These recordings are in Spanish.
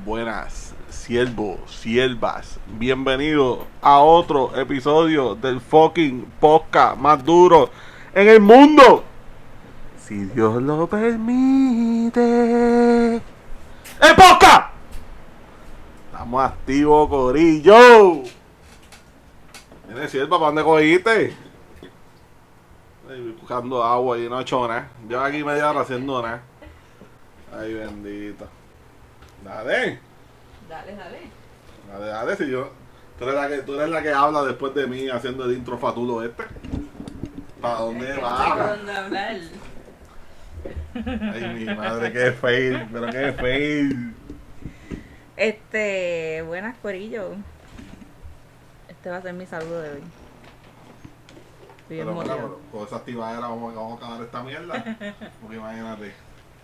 Buenas, siervos, siervas. Bienvenidos a otro episodio del fucking podcast más duro en el mundo. Si Dios lo permite. ¡El podcast! Estamos activos, corillo. Mire, sierva, ¿para dónde cogiste? Buscando agua y no he hecho nada. Llevo aquí media hora haciendo nada. Ay, bendito. Dale, si yo... Tú eres la que habla después de mí haciendo el intro fatulo este. ¿Para dónde va? Hablar. Ay, mi madre, qué fail, pero qué fail. Buenas, corillo. Este va a ser mi saludo de hoy. Estoy bien Pero bueno, motivado. con esa activadera vamos a acabar esta mierda. Porque imagínate.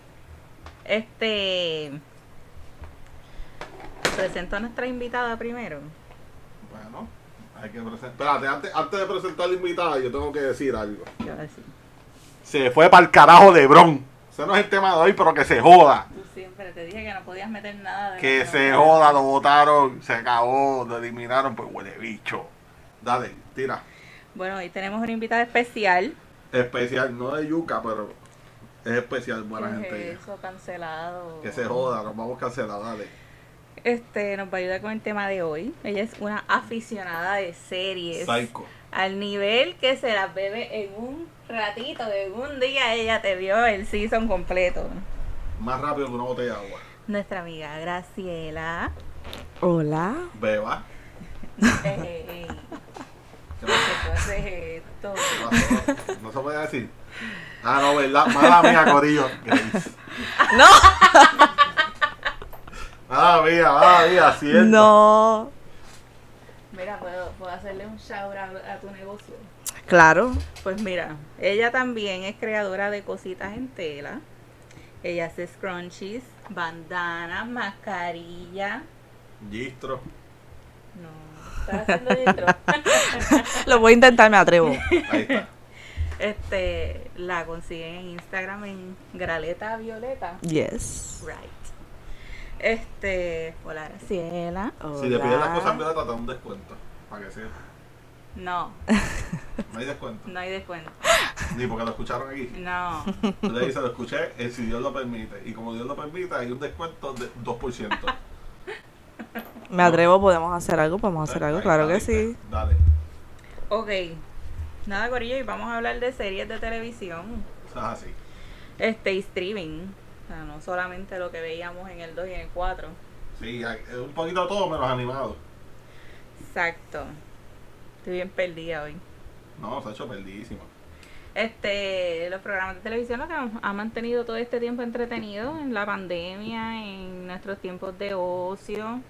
Presento a nuestra invitada primero. Bueno, hay que presentar. Espérate, antes de presentar a la invitada, yo tengo que decir algo. ¿Qué va a decir? Se fue para el carajo LeBron. Ese no es el tema de hoy, pero que se joda. Tú siempre te dije que no podías meter nada de Que lo se no- joda, lo votaron, se acabó, lo eliminaron, pues huele bicho. Dale, tira. Bueno, hoy tenemos una invitada especial. Especial, no de yuca, pero es especial, buena ¿Qué gente. es eso? Cancelado. Que se joda, nos vamos a cancelar, dale. Nos va a ayudar con el tema de hoy. Ella es una aficionada de series. Psycho. Al nivel que se las bebe en un ratito, en un día ella te vio el season completo. Más rápido que una botella de agua. Nuestra amiga Graciela. Hola. Beba. ¿Qué ¿Qué pasó? tú haces esto? ¿Qué pasó? No se puede decir. Ah, no, ¿verdad? Mala mía, corillo. Grace. No. Mala mía, cierto. No. Mira, ¿puedo hacerle un shout out a tu negocio? Claro. Pues mira, ella también es creadora de cositas en tela. Ella hace scrunchies, bandanas, mascarilla. Gistro. No, ¿estás haciendo intro? Lo voy a intentar, me atrevo. Ahí está. La consiguen en Instagram en Graleta Violeta. Yes. Right. Hola Graciela. Si le pides las cosas Hola. violetas, te da un descuento. Para que sepa. No, No hay descuento. no hay descuento. Ni porque lo escucharon aquí. No. Tú le dices, lo escuché, si Dios lo permite. Y como Dios lo permite, hay un descuento de 2%. Me atrevo, podemos hacer algo, Ahí claro está, que sí. Dale. Ok. Nada, corillo, y vamos a hablar de series de televisión. Eso es así. Y streaming. O sea, no solamente lo que veíamos en el 2 y en el 4. Sí, es un poquito todo menos animado. Exacto. Estoy bien perdida hoy. No, se ha hecho perdidísimo. Los programas de televisión lo que nos ha mantenido todo este tiempo entretenido en la pandemia, en nuestros tiempos de ocio.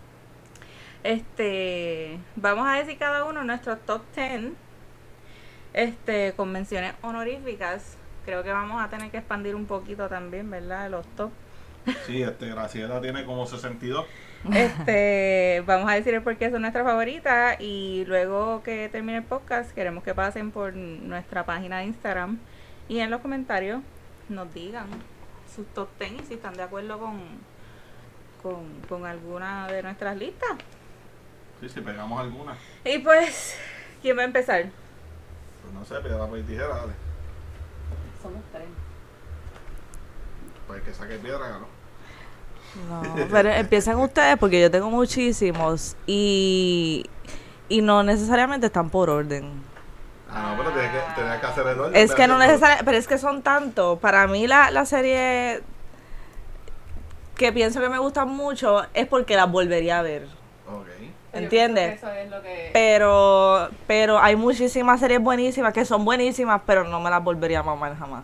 Vamos a decir cada uno nuestros top 10 convenciones honoríficas. Creo que vamos a tener que expandir un poquito también, ¿verdad? Los top. Sí, Graciela tiene como 62. Vamos a decir el por qué son nuestras favoritas y luego que termine el podcast queremos que pasen por nuestra página de Instagram y en los comentarios nos digan sus top 10 y si están de acuerdo con alguna de nuestras listas. Sí, si pegamos alguna. Y pues, ¿quién va a empezar? Pues no sé, piedra, papel y tijera, dale. Somos 3. Pues el que saque piedra ganó. No, pero empiezan ustedes porque yo tengo muchísimos y no necesariamente están por orden. Ah, no, pero tenía que hacer el orden. Es que no necesariamente, pero es que son tantos. Para mí la serie que pienso que me gustan mucho es porque las volvería a ver. Ok. ¿Entiendes? Eso es lo que... Pero hay muchísimas series buenísimas que son buenísimas, pero no me las volvería a mamar jamás.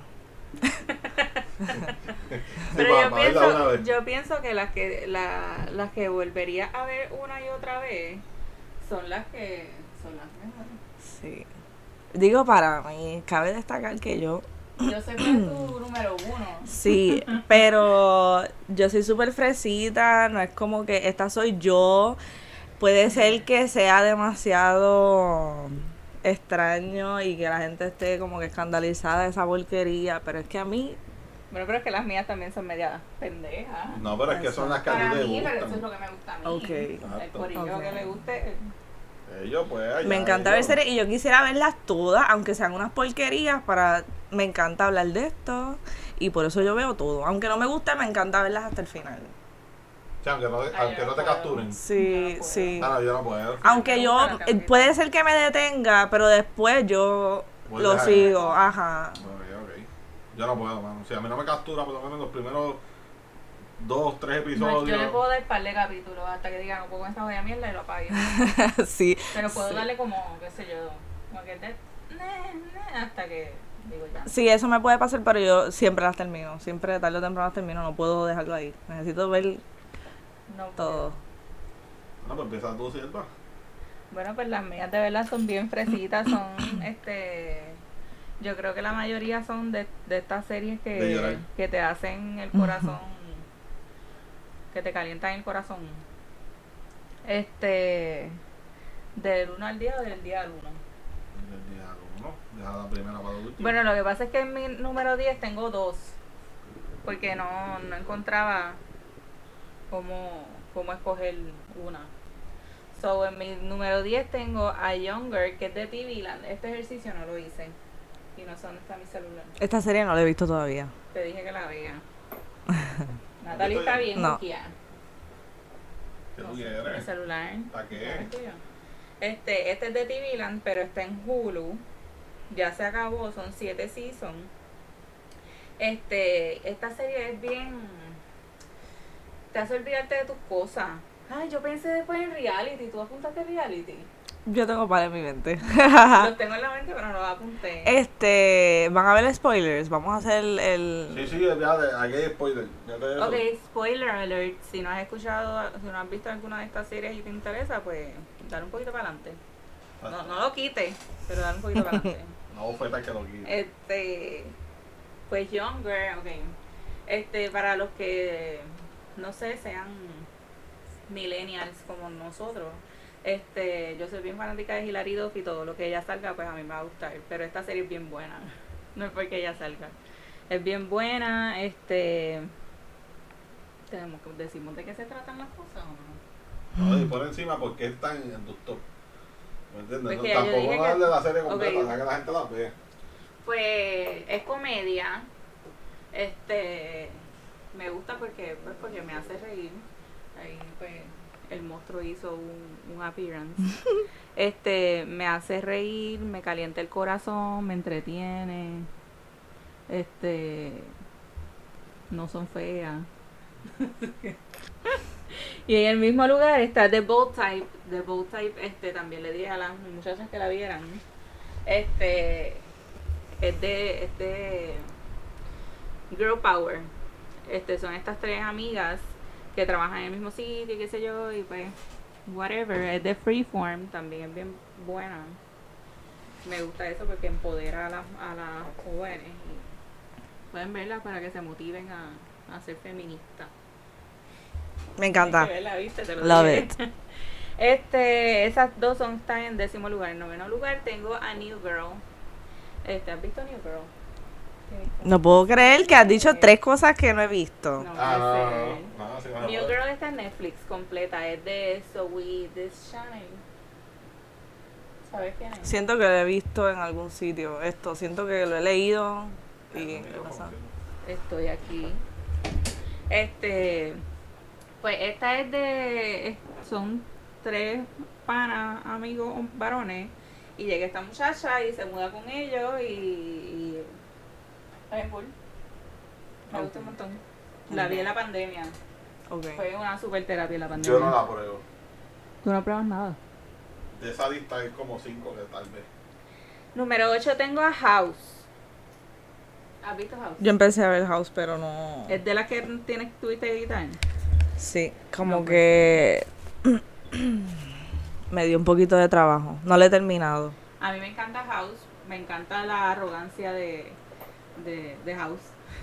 Pero Sí, para verla una vez. yo pienso que las que volvería a ver una y otra vez son las mejores. Sí. Digo, para mí, cabe destacar que yo, Yo sé que es tu número 1. sí, pero yo soy súper fresita, no es como que esta soy yo. Puede ser que sea demasiado extraño y que la gente esté como que escandalizada de esa porquería, pero es que a mí Bueno, pero es que las mías también son media pendejas. No, pero es que son las que a Para ti te mí, pero eso es gustan. lo que me gusta a mí. Ok. El Exacto. corillo Ok. que le guste. Ellos, pues, allá, Me encanta ver ellos. series y yo quisiera verlas todas, aunque sean unas porquerías, me encanta hablar de esto y por eso yo veo todo. Aunque no me guste, me encanta verlas hasta el final. Sí, aunque no, yo aunque no no te puedo. capturen. Sí, No puedo. sí. No, yo no puedo. Aunque Me yo, gusta la cantidad. puede ser que me detenga, pero después yo Vuelves lo a- sigo, ajá. Ok. Yo no puedo, mano. Si a mí no me captura, por lo menos los primeros 2, 3 episodios. No, yo le puedo dar par de capítulos hasta que diga no puedo con esta jodida mierda y lo apague. Sí. Pero puedo Sí. darle como, qué sé yo, como que hasta que digo ya. Sí, eso me puede pasar, pero yo siempre las termino. Siempre tarde o temprano las termino, no puedo dejarlo ahí. Necesito ver No todo. No, pues empieza tú, ¿cierto? Bueno, pues las mías de verdad son bien fresitas, son yo creo que la mayoría son de estas series De llorar. que te hacen el corazón, que te calientan el corazón. Del 1 al 10 o del día al 1. El día uno, deja la primera para el último. Bueno, lo que pasa es que en mi número 10 tengo 2, porque no encontraba cómo escoger una. So, en mi número 10 tengo a Younger, que es de TV Land. Este ejercicio no lo hice. Y no sé dónde está mi celular. Esta serie no la he visto todavía. Te dije que la vea. Natalie está bien No. buqueada. ¿Qué tú No sé, quieres? mi celular. ¿Para qué? ¿No es tuyo? Este es de TV Land, pero está en Hulu. Ya se acabó, son 7 seasons. Esta serie es bien... Te hace olvidarte de tus cosas. Ay, yo pensé después en reality. ¿Tú apuntaste reality? Yo tengo para en mi mente. Los tengo en la mente, pero no los apunté. Van a ver spoilers. Vamos a hacer el. Sí, ya, aquí hay spoiler. Ya te eso. Ok, spoiler alert. Si no has escuchado, si no has visto alguna de estas series y te interesa, pues dale un poquito para adelante. No lo quites, pero dale un poquito para adelante. No fue tal que lo quite. Pues Younger, ok. Para los que, no sé, sean millennials como nosotros, yo soy bien fanática de Hilary Duff y todo lo que ella salga, pues a mí me va a gustar. Pero esta serie es bien buena. No es porque ella salga. Es bien buena, decimos de qué se tratan las cosas o no. No, y por encima, porque es tan en tu top. ¿Me entiendes? Pues No, que ya yo tampoco dije no darle que- la serie completa, ok. para que la gente la vea. Pues es comedia. Me gusta porque me hace reír. Ahí pues el monstruo hizo un appearance. Me hace reír, me calienta el corazón, me entretiene. No son feas. Y en el mismo lugar está The Bold Type. The Bold Type, también le dije a las muchachas que la vieran. Es de Girl Power. Son estas 3 amigas que trabajan en el mismo sitio y qué sé yo, y pues whatever. Es de Freeform, también es bien buena. Me gusta eso porque empodera a las jóvenes y pueden verla para que se motiven a ser feministas. Me encanta. Tienes que verla, ¿viste? Te lo Love dije. Esas 2 están en 10º lugar. En 9º lugar tengo a New Girl. ¿Has visto New Girl? ¿Qué viste? No puedo creer que has dicho 3 cosas que no he visto. No Ah, puede ser. no, sí, vas a New poder. Girl está en Netflix completa. Es de Zoe Deschanel. ¿Sabes quién es? Siento que lo he visto en algún sitio. Siento que lo he leído y Mira, ¿qué pasa? Estoy aquí. Pues esta son 3 panas, amigos varones, y llega esta muchacha y se muda con ellos y está bien cool. Me gusta un montón. La vi en la pandemia. Ok. Fue una super terapia en la pandemia. Yo no la pruebo. Tú no pruebas nada. De esa lista hay como 5 que tal vez. Número 8 tengo a House. ¿Has visto House? Yo empecé a ver House, pero no. Es de las que tuviste que editar. Sí, como No, que me dio un poquito de trabajo. No lo he terminado. A mí me encanta House, me encanta la arrogancia de House.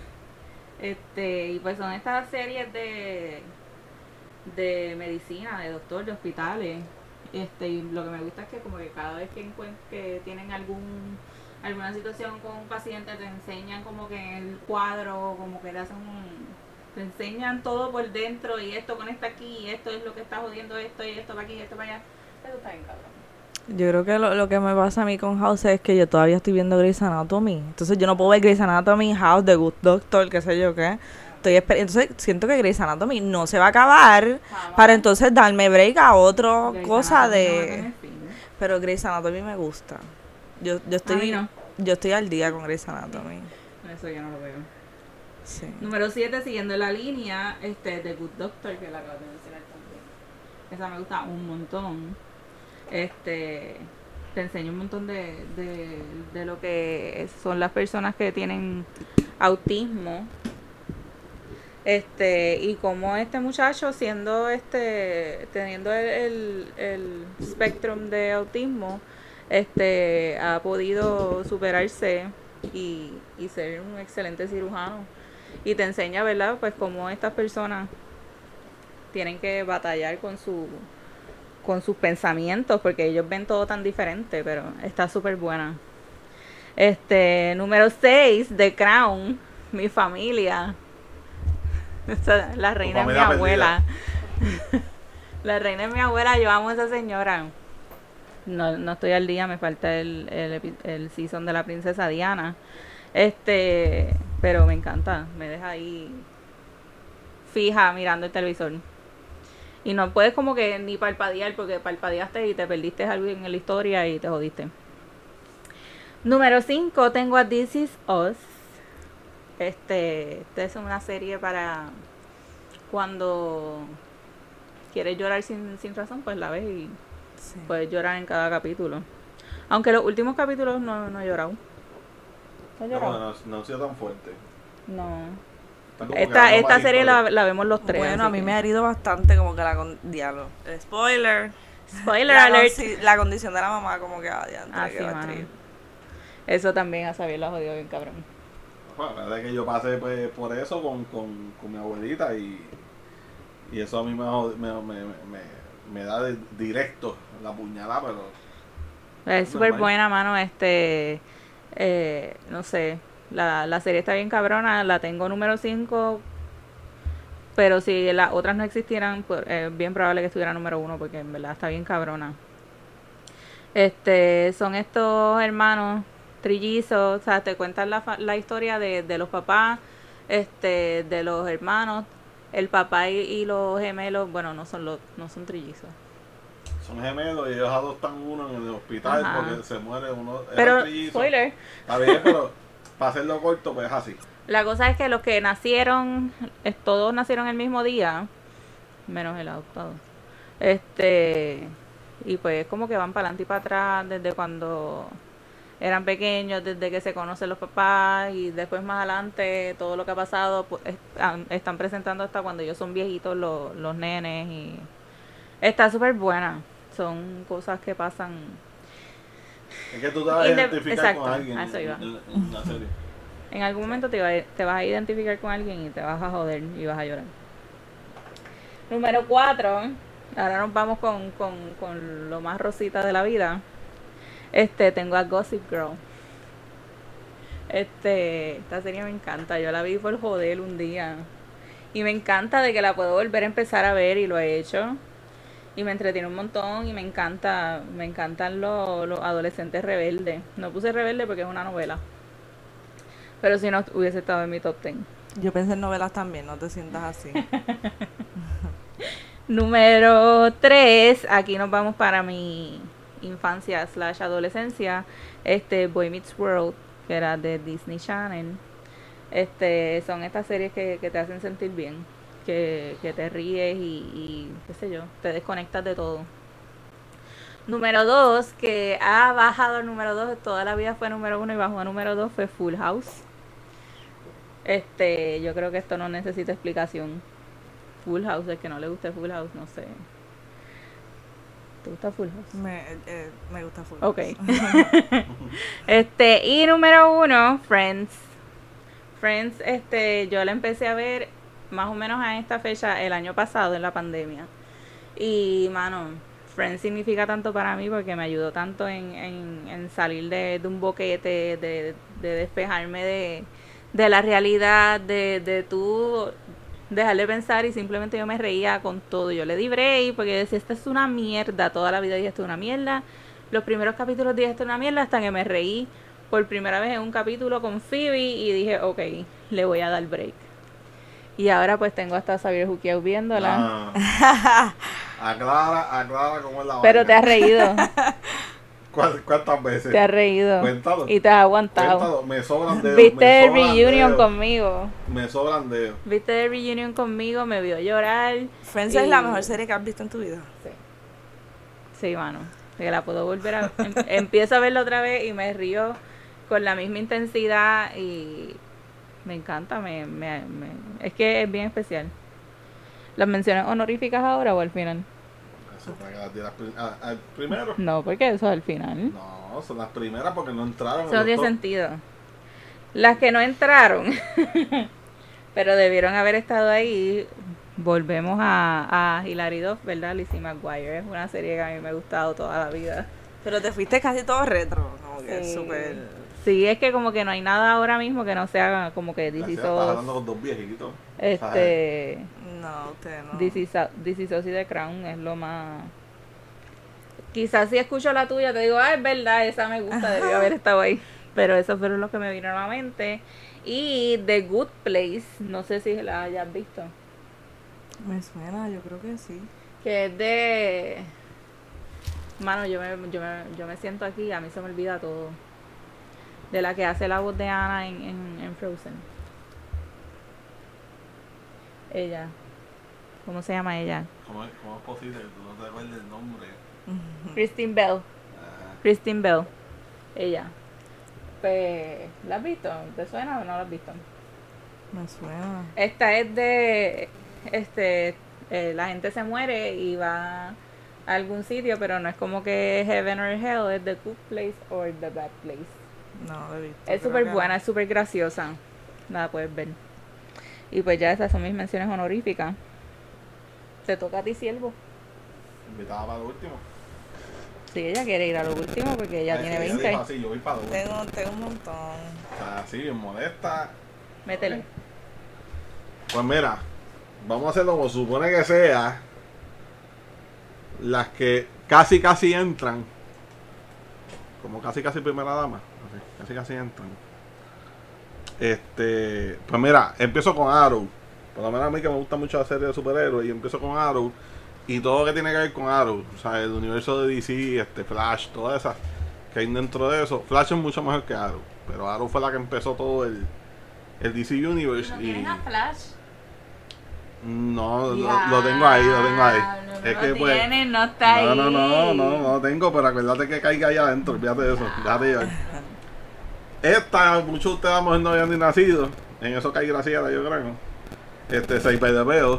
Y pues son estas series de medicina, de doctor, de hospitales. Y lo que me gusta es que como que cada vez que tienen alguna situación con un paciente, te enseñan como que en el cuadro, como que te enseñan todo por dentro y esto conecta aquí, y esto es lo que está jodiendo esto, y esto para aquí, y esto para allá. Eso está bien cabrón. Yo creo que lo que me pasa a mí con House es que yo todavía estoy viendo Grey's Anatomy. Entonces yo no puedo ver Grey's Anatomy, House, The Good Doctor, qué sé yo qué. Entonces siento que Grey's Anatomy no se va a acabar para entonces darme break a otra cosa de... Pero Grey's Anatomy me gusta. Yo estoy al día con Grey's Anatomy. Eso yo no lo veo. Sí. Número 7, siguiendo la línea, The Good Doctor, que la acabo de mencionar también. Esa me gusta un montón. Te enseña un montón de lo que son las personas que tienen autismo. Y como este muchacho siendo teniendo el spectrum de autismo, ha podido superarse y ser un excelente cirujano. Y te enseña, ¿verdad? Pues cómo estas personas tienen que batallar con sus pensamientos, porque ellos ven todo tan diferente, pero está súper buena. Número 6, The Crown, mi familia. La reina es mi abuela. La reina es mi abuela, yo amo a esa señora. No estoy al día, me falta el season de la princesa Diana. Pero me encanta, me deja ahí fija mirando el televisor. Y no puedes como que ni parpadear, porque parpadeaste y te perdiste algo en la historia y te jodiste. Número 5, tengo a This Is Us. Esta es una serie para cuando quieres llorar sin razón, pues la ves y puedes llorar en cada capítulo. Aunque los últimos capítulos no he llorado. No ha sido tan fuerte. No. Esta serie la vemos los tres. Bueno, a mí me ha herido bastante como que diálogo. Spoiler alert. La condición de la mamá como que adiante. Eso también a Xavier lo ha jodido bien cabrón. Bueno, la verdad es que yo pasé pues, por eso con mi abuelita y eso a mí me da de directo la puñalada, pero... Es súper buena, mano. No sé, la serie está bien cabrona, la tengo número 5, pero si las otras no existieran, pues es bien probable que estuviera número 1, porque en verdad está bien cabrona. Son estos hermanos trillizos, o sea, te cuentan la historia de los papás, de los hermanos, el papá y los gemelos, bueno, no son trillizos. Son gemelos y ellos adoptan uno en el hospital. Ajá. Porque se muere uno. Pero, spoiler. Está bien, pero para hacerlo corto, pues es así. La cosa es que los que nacieron, todos nacieron el mismo día, menos el adoptado. Y pues como que van para adelante y para atrás desde cuando eran pequeños, desde que se conocen los papás, y después más adelante todo lo que ha pasado, pues, están presentando hasta cuando ellos son viejitos los nenes, y está súper buena. Son cosas que pasan. Es que tú te vas a identificar con alguien eso iba. En la serie. En algún momento te vas a identificar con alguien y te vas a joder y vas a llorar. Número 4. Ahora nos vamos con lo más rosita de la vida. Tengo a Gossip Girl. Esta serie me encanta. Yo la vi por joder un día. Y me encanta de que la puedo volver a empezar a ver, y lo he hecho. Y me entretiene un montón y me encantan los adolescentes rebeldes. No puse rebelde porque es una novela, pero si no hubiese estado en mi top 10. Yo pensé en novelas también, no te sientas así. Número 3, aquí nos vamos para mi infancia / adolescencia. Boy Meets World, que era de Disney Channel. Son estas series que te hacen sentir bien, que te ríes y qué sé yo, te desconectas de todo. Número 2, que ha bajado el número 2, toda la vida fue número 1 y bajó a número 2, fue Full House. Yo creo que esto no necesita explicación. Full House, el que no le guste Full House, no sé. ¿Te gusta Full House? Me gusta Full House. Ok. Y número 1, Friends. Friends, yo la empecé a ver más o menos a esta fecha el año pasado, en la pandemia. Y, mano, Friends significa tanto para mí porque me ayudó tanto en salir de un boquete, de despejarme de la realidad, de tú dejar de pensar, y simplemente yo me reía con todo. Yo le di break porque decía, esta es una mierda. Toda la vida dije, esto es una mierda. Los primeros capítulos dije, esto es una mierda, hasta que me reí por primera vez en un capítulo con Phoebe y dije, ok, le voy a dar break. Y ahora pues tengo hasta Xavier Juquiao viéndola. Aclara cómo es la Pero vaina. te has reído. ¿Cuántas veces? Te has reído. Cuéntalo. Y te has aguantado. Cuéntalo. Me sobran dedos. Viste el reunion conmigo. Me sobran dedos. Viste el reunion conmigo, me vio llorar. Friends y- es la mejor serie que has visto en tu vida. Sí, mano. Que la puedo volver a... empiezo a verla otra vez y me río con la misma intensidad y me encanta. Es que es bien especial. ¿Las menciones honoríficas ahora o al final? Eso para que las tiras al primero. No, porque eso es al final. No, son las primeras porque no entraron. Eso no tiene sentido. Las que no entraron, pero debieron haber estado ahí. Volvemos a Hilary Duff, ¿verdad? Lizzie McGuire es una serie que a mí me ha gustado toda la vida. Pero te fuiste casi todo retro. Como que Sí. súper. Sí, es que como que no hay nada ahora mismo que no sea como que This Is Estás Us, hablando con dos viejitos. No, usted no. This Is Us y The Crown es lo más... Quizás si escucho la tuya te digo, es verdad, esa me gusta, debió haber estado ahí. Pero esos fueron los que me vinieron a la mente. Y The Good Place, no sé si la hayas visto, Me suena, yo creo que sí. que es de... Mano, yo me siento aquí y a mí se me olvida todo. De la que hace la voz de Anna en Frozen. Ella. ¿Cómo se llama ella? ¿Cómo es posible que tú no te acuerdes el nombre? Christine Bell. Ah, Christine Bell. Ella. Pues, ¿la has visto? ¿Te suena o no la has visto? Me suena. Esta es de... la gente se muere y va a algún sitio, pero no es como que Heaven or Hell, es The Good Place or The Bad Place. No, lo he visto. Es creo súper que buena, no. es súper graciosa. La puedes ver. Y pues ya esas son mis menciones honoríficas. Te toca a ti, siervo. invitada para lo último. Si ella quiere ir a lo último porque ella Ay, tiene sí, 20. dijo así, yo voy para lo último. Tengo un montón. O sea, así, bien molesta. Métele. Ok. Pues mira, vamos a hacerlo como supone que sea. Las que casi entran. Como casi primera dama. Así, casi entran. Pues mira, empiezo con Arrow. Por lo menos a mí que me gusta mucho la serie de superhéroes. Y empiezo con Arrow. Y todo lo que tiene que ver con Arrow. O sea, el universo de DC, Flash, todas esas que hay dentro de eso. Flash es mucho mejor que Arrow. Pero Arrow fue la que empezó todo el DC Universe. Flash? No, lo tengo ahí. Es que pues. Tienes, no está ahí. No lo tengo, pero acuérdate que caiga ahí adentro, olvídate de eso, déjate llevar. Esta, muchos de ustedes a lo mejor no habían ni nacido, en eso cae graciera, yo creo. Seipai de Peo,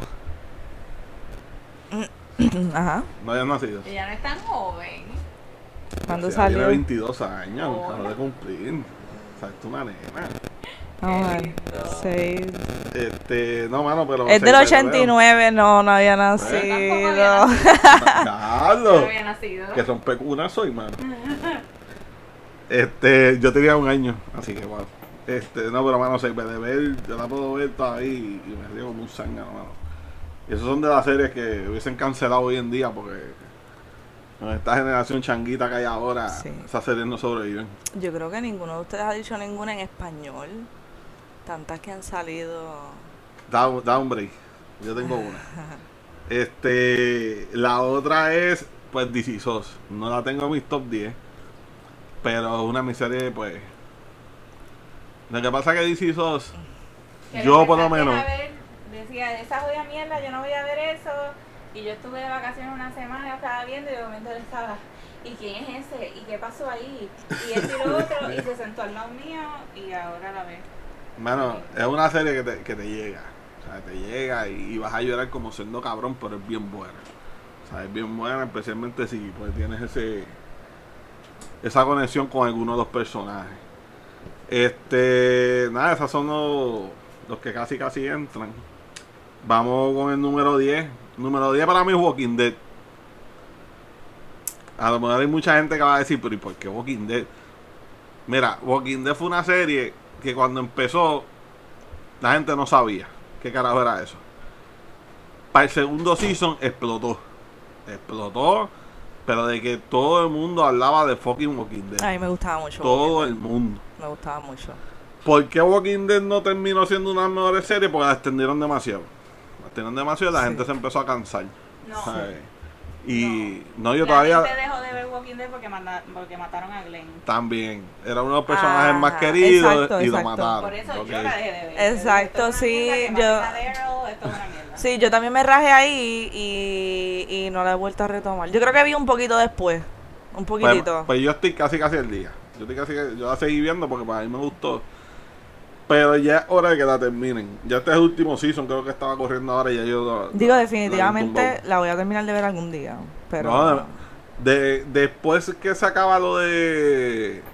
Ajá. no habían nacido. Ella no es tan joven. ¿Cuándo O sea, salió? Tiene 22 años, Oh. acaba de cumplir. O sea, es una nena. Vamos a ver. lindo. 6. No, mano, pero. Es del Seipai de Peo. 89, no había Tampoco nacido. había No Carlos, había nacido. que son pecunas soy, mano. Yo tenía un año, así que bueno. No, pero mano, Seipai de Peo, yo la puedo ver todavía y me río como un zángano, mano. Y esos son de las series que hubiesen cancelado hoy en día porque con esta generación changuita que hay ahora, Sí. esas series no sobreviven. Yo creo que ninguno de ustedes ha dicho ninguna en español. Tantas que han salido. Da un break. Yo tengo una. La otra es, pues, This Is Us. No la tengo en mis top 10. Pero es una de mis series, pues. Lo que pasa es que This Is Us, Que yo le por lo empezaste menos. a ver, decía, esa jodida mierda, yo no voy a ver eso. Y yo estuve de vacaciones una semana, yo estaba viendo y de momento él estaba, ¿y quién es ese? ¿Y qué pasó ahí? Y él tiró otro y se sentó al lado mío y ahora la ve. Mano, es una serie que te llega. O sea, te llega y vas a llorar como siendo cabrón, pero es bien buena. O sea, es bien buena, especialmente si pues tienes esa conexión con alguno de los personajes. Nada, esos son los que casi entran. Vamos con el número 10. Número 10 para mí es Walking Dead. A lo mejor hay mucha gente que va a decir, pero ¿y por qué Walking Dead? Mira, Walking Dead fue una serie que cuando empezó, la gente no sabía qué carajo era eso. Para el segundo season explotó. Explotó, pero de que todo el mundo hablaba de fucking Walking Dead. A mí me gustaba mucho. Todo el mundo. Me gustaba mucho. ¿Por qué Walking Dead no terminó siendo una de las mejores series? Porque la extendieron demasiado. La extendieron demasiado y la gente se empezó a cansar. No. ¿Sabes? Y no, yo La todavía gente dejó de ver Walking Dead porque mataron a Glenn. también. Era uno de los personajes Ajá, más queridos exacto, y lo exacto. mataron. Por eso Ok. yo la dejé de ver. Exacto, Esto es una sí, mierda, que yo- maten a Daryl, esto es una mierda. Sí, yo también me rajé ahí y no la he vuelto a retomar. Yo creo que vi un poquito después. Un poquitito. Pues yo estoy casi al día. Yo la seguí viendo porque para mí me gustó. Pero ya es hora de que la terminen. Ya este es el último season, creo que estaba corriendo ahora y ya yo... Digo, la definitivamente tumbó. la voy a terminar de ver algún día. Pero No, después que se acaba lo de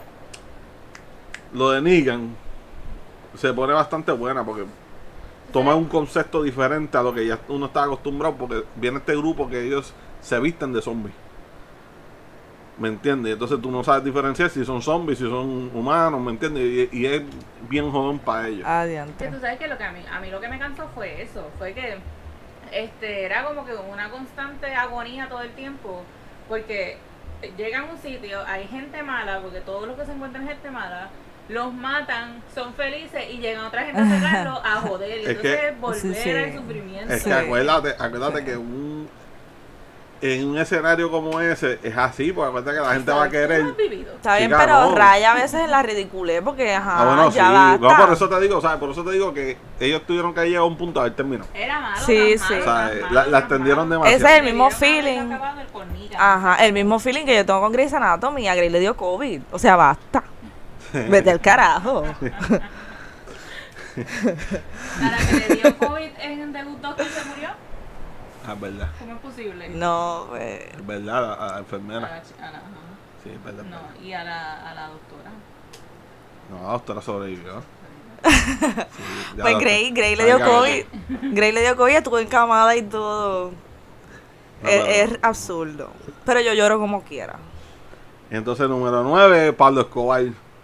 Negan, se pone bastante buena porque toma un concepto diferente a lo que ya uno está acostumbrado, porque viene este grupo que ellos se visten de zombies. ¿Me entiendes? Entonces tú no sabes diferenciar si son zombies, si son humanos, ¿me entiendes? Y es bien jodón para ellos. Que adiante. tú sabes que lo que a mí lo que me cansó fue eso, fue que era como que una constante agonía todo el tiempo, porque llegan a un sitio, hay gente mala, porque todos los que se encuentran es gente mala, los matan, son felices y llegan otra gente a sacarlos a joder, y Es que- entonces volver Sí, sí. al sufrimiento. Es Sí. que acuérdate que en un escenario como ese es así, porque acuérdate que la gente va a ¿Tú lo querer... has vivido? Está bien, Chica, pero no. raya a veces en la ridiculez porque, ajá, bueno, ya sí. basta. No, por eso te digo, ¿sabes? Por eso te digo que ellos tuvieron que llegar a un punto a haber terminado. Era malo, Sí, tan sí. malo, O sea, tan malo, la tan extendieron malo. demasiado. Ese es el mismo Debieron haber feeling. acabado el con Negan. Ajá, el mismo feeling que yo tengo con Grey's Anatomy. A Grey le dio COVID. O sea, basta. Vete al carajo. A la que le dio COVID en The Good Doctor se murió. Ah, es verdad. ¿Cómo es posible? No, pues. Es verdad, a la A enfermera. la, ajá. Sí, es verdad. No, y a la doctora. No, la doctora sobrevivió. Sí, ya Pues la- Grey le dio Ay, COVID. Grey le dio COVID, estuvo encamada y todo. No, Es absurdo. Pero yo lloro como quiera. Entonces, número 9, Pablo Escobar.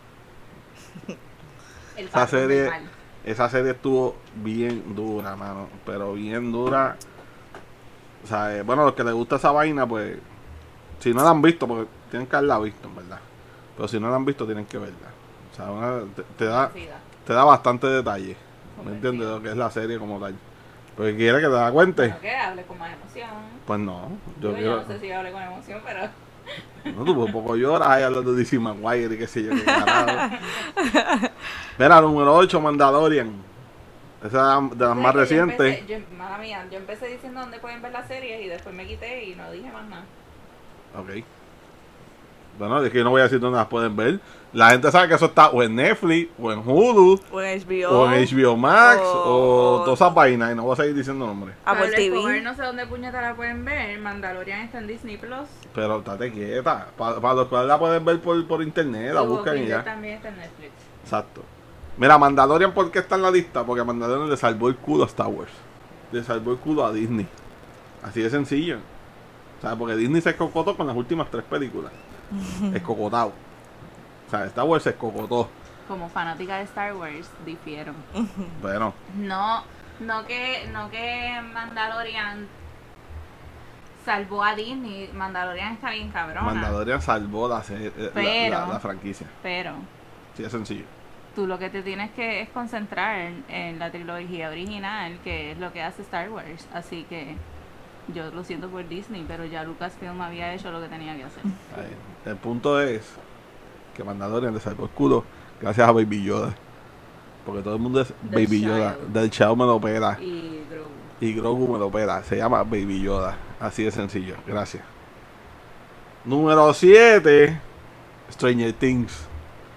El Esa patrón del serie, mal. esa serie estuvo bien dura, mano. Pero bien dura. O sea, bueno, los que les gusta esa vaina, pues, si no la han visto, porque tienen que haberla visto, en verdad. Pero si no la han visto, tienen que verla. O sea, Convencida. te da bastante detalle. ¿Me Convencida. entiendes? Lo que es la serie como tal. Porque quiere que te da cuenta. Bueno, que hable con más emoción. Pues no. Yo Yo quiero. no sé si hable con emoción, pero No, tú por poco lloras ahí hablando de DC Maguire y qué sé yo, qué carajo. Mira, número 8, Mandalorian. Esa es de las más ¿sabes que yo recientes. Mala mía, yo empecé diciendo dónde pueden ver las series y después me quité y no dije más nada. Ok. Bueno, es que yo no voy a decir dónde las pueden ver. La gente sabe que eso está o en Netflix, o en Hulu, O en HBO. o en HBO Max, o- o todas esas vainas. Y no voy a seguir diciendo nombres. Apple Pablo Escobar, TV. no sé dónde puñeta la pueden ver. Mandalorian está en Disney Plus. Pero estate quieta. Para los cuales la pueden ver por internet, la Y buscan y Walking ya. Dead también está en Netflix. Exacto. Mira, Mandalorian, ¿por qué está en la lista? Porque Mandalorian le salvó el culo a Star Wars. Le salvó el culo a Disney. Así de sencillo. O sea, porque Disney se escocotó con las últimas 3 películas. Escocotado. O sea, Star Wars se escocotó. Como fanática de Star Wars, difiero. Bueno, No que Mandalorian salvó a Disney. Mandalorian está bien cabrona. Mandalorian salvó la Pero- franquicia. Pero Sí, es sencillo. tú lo que te tienes que es concentrar en la trilogía original, que es lo que hace Star Wars. Así que yo lo siento por Disney, pero ya Lucasfilm había hecho lo que tenía que hacer. Ahí. El punto es que Mandalorian le salvó el culo gracias a Baby Yoda. Porque todo el mundo es Del Baby Yoda. Child. Del Chao me lo pela. Y Grogu. Y Grogu me lo pela. Se llama Baby Yoda. Así de sencillo. Gracias. Número 7. Stranger Things.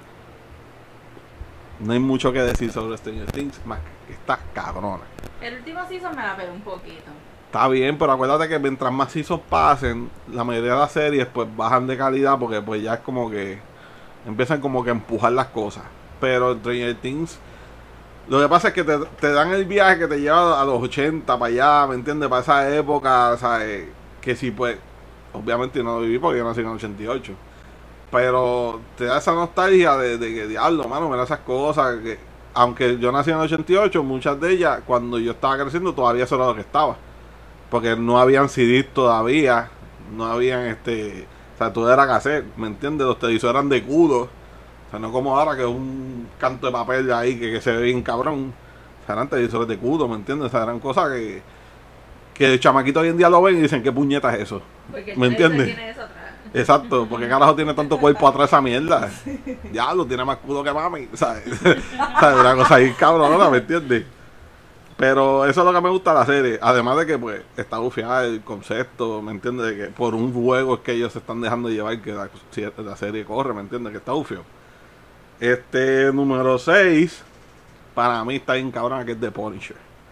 No hay mucho que decir sobre Stranger Things. Más que está cabrona. El último season me la pegó un poquito. Está bien, pero acuérdate que mientras más seasons pasen, la mayoría de las series pues bajan de calidad porque pues ya es como que empiezan como que a empujar las cosas. Pero Stranger Things, lo que pasa es que te dan el viaje que te lleva a los 80 para allá, ¿me entiendes? Para esa época, ¿sabes? Que si pues, obviamente no lo viví porque yo nací en el 88. Pero te da esa nostalgia de que, diablo, mano, mira esas cosas. Que aunque yo nací en el 88, muchas de ellas, cuando yo estaba creciendo, todavía eso era lo que estaba. Porque no habían CDs todavía, no habían o sea, todo era cassette, ¿me entiendes? Los televisores eran de cudo. O sea, no como ahora que es un canto de papel ahí que se ve bien cabrón. O sea, eran televisores de cudo, ¿me entiendes? O sea, eran cosas que el chamaquito hoy en día lo ven y dicen, ¿qué puñeta es eso? Porque ¿Me entiendes? tiene eso atrás. Exacto, porque carajo tiene tanto cuerpo atrás esa mierda. Ya lo tiene más culo que mami, ¿sabes? ¿Sabes? Una cosa ahí cabrona, ¿me entiendes? Pero eso es lo que me gusta de la serie. Además de que pues está bufiada el concepto, ¿me entiendes? De que por un juego es que ellos se están dejando llevar que la serie corre, ¿me entiendes? Que está bufio. Número 6, para mí está bien cabrona, que es The Punisher.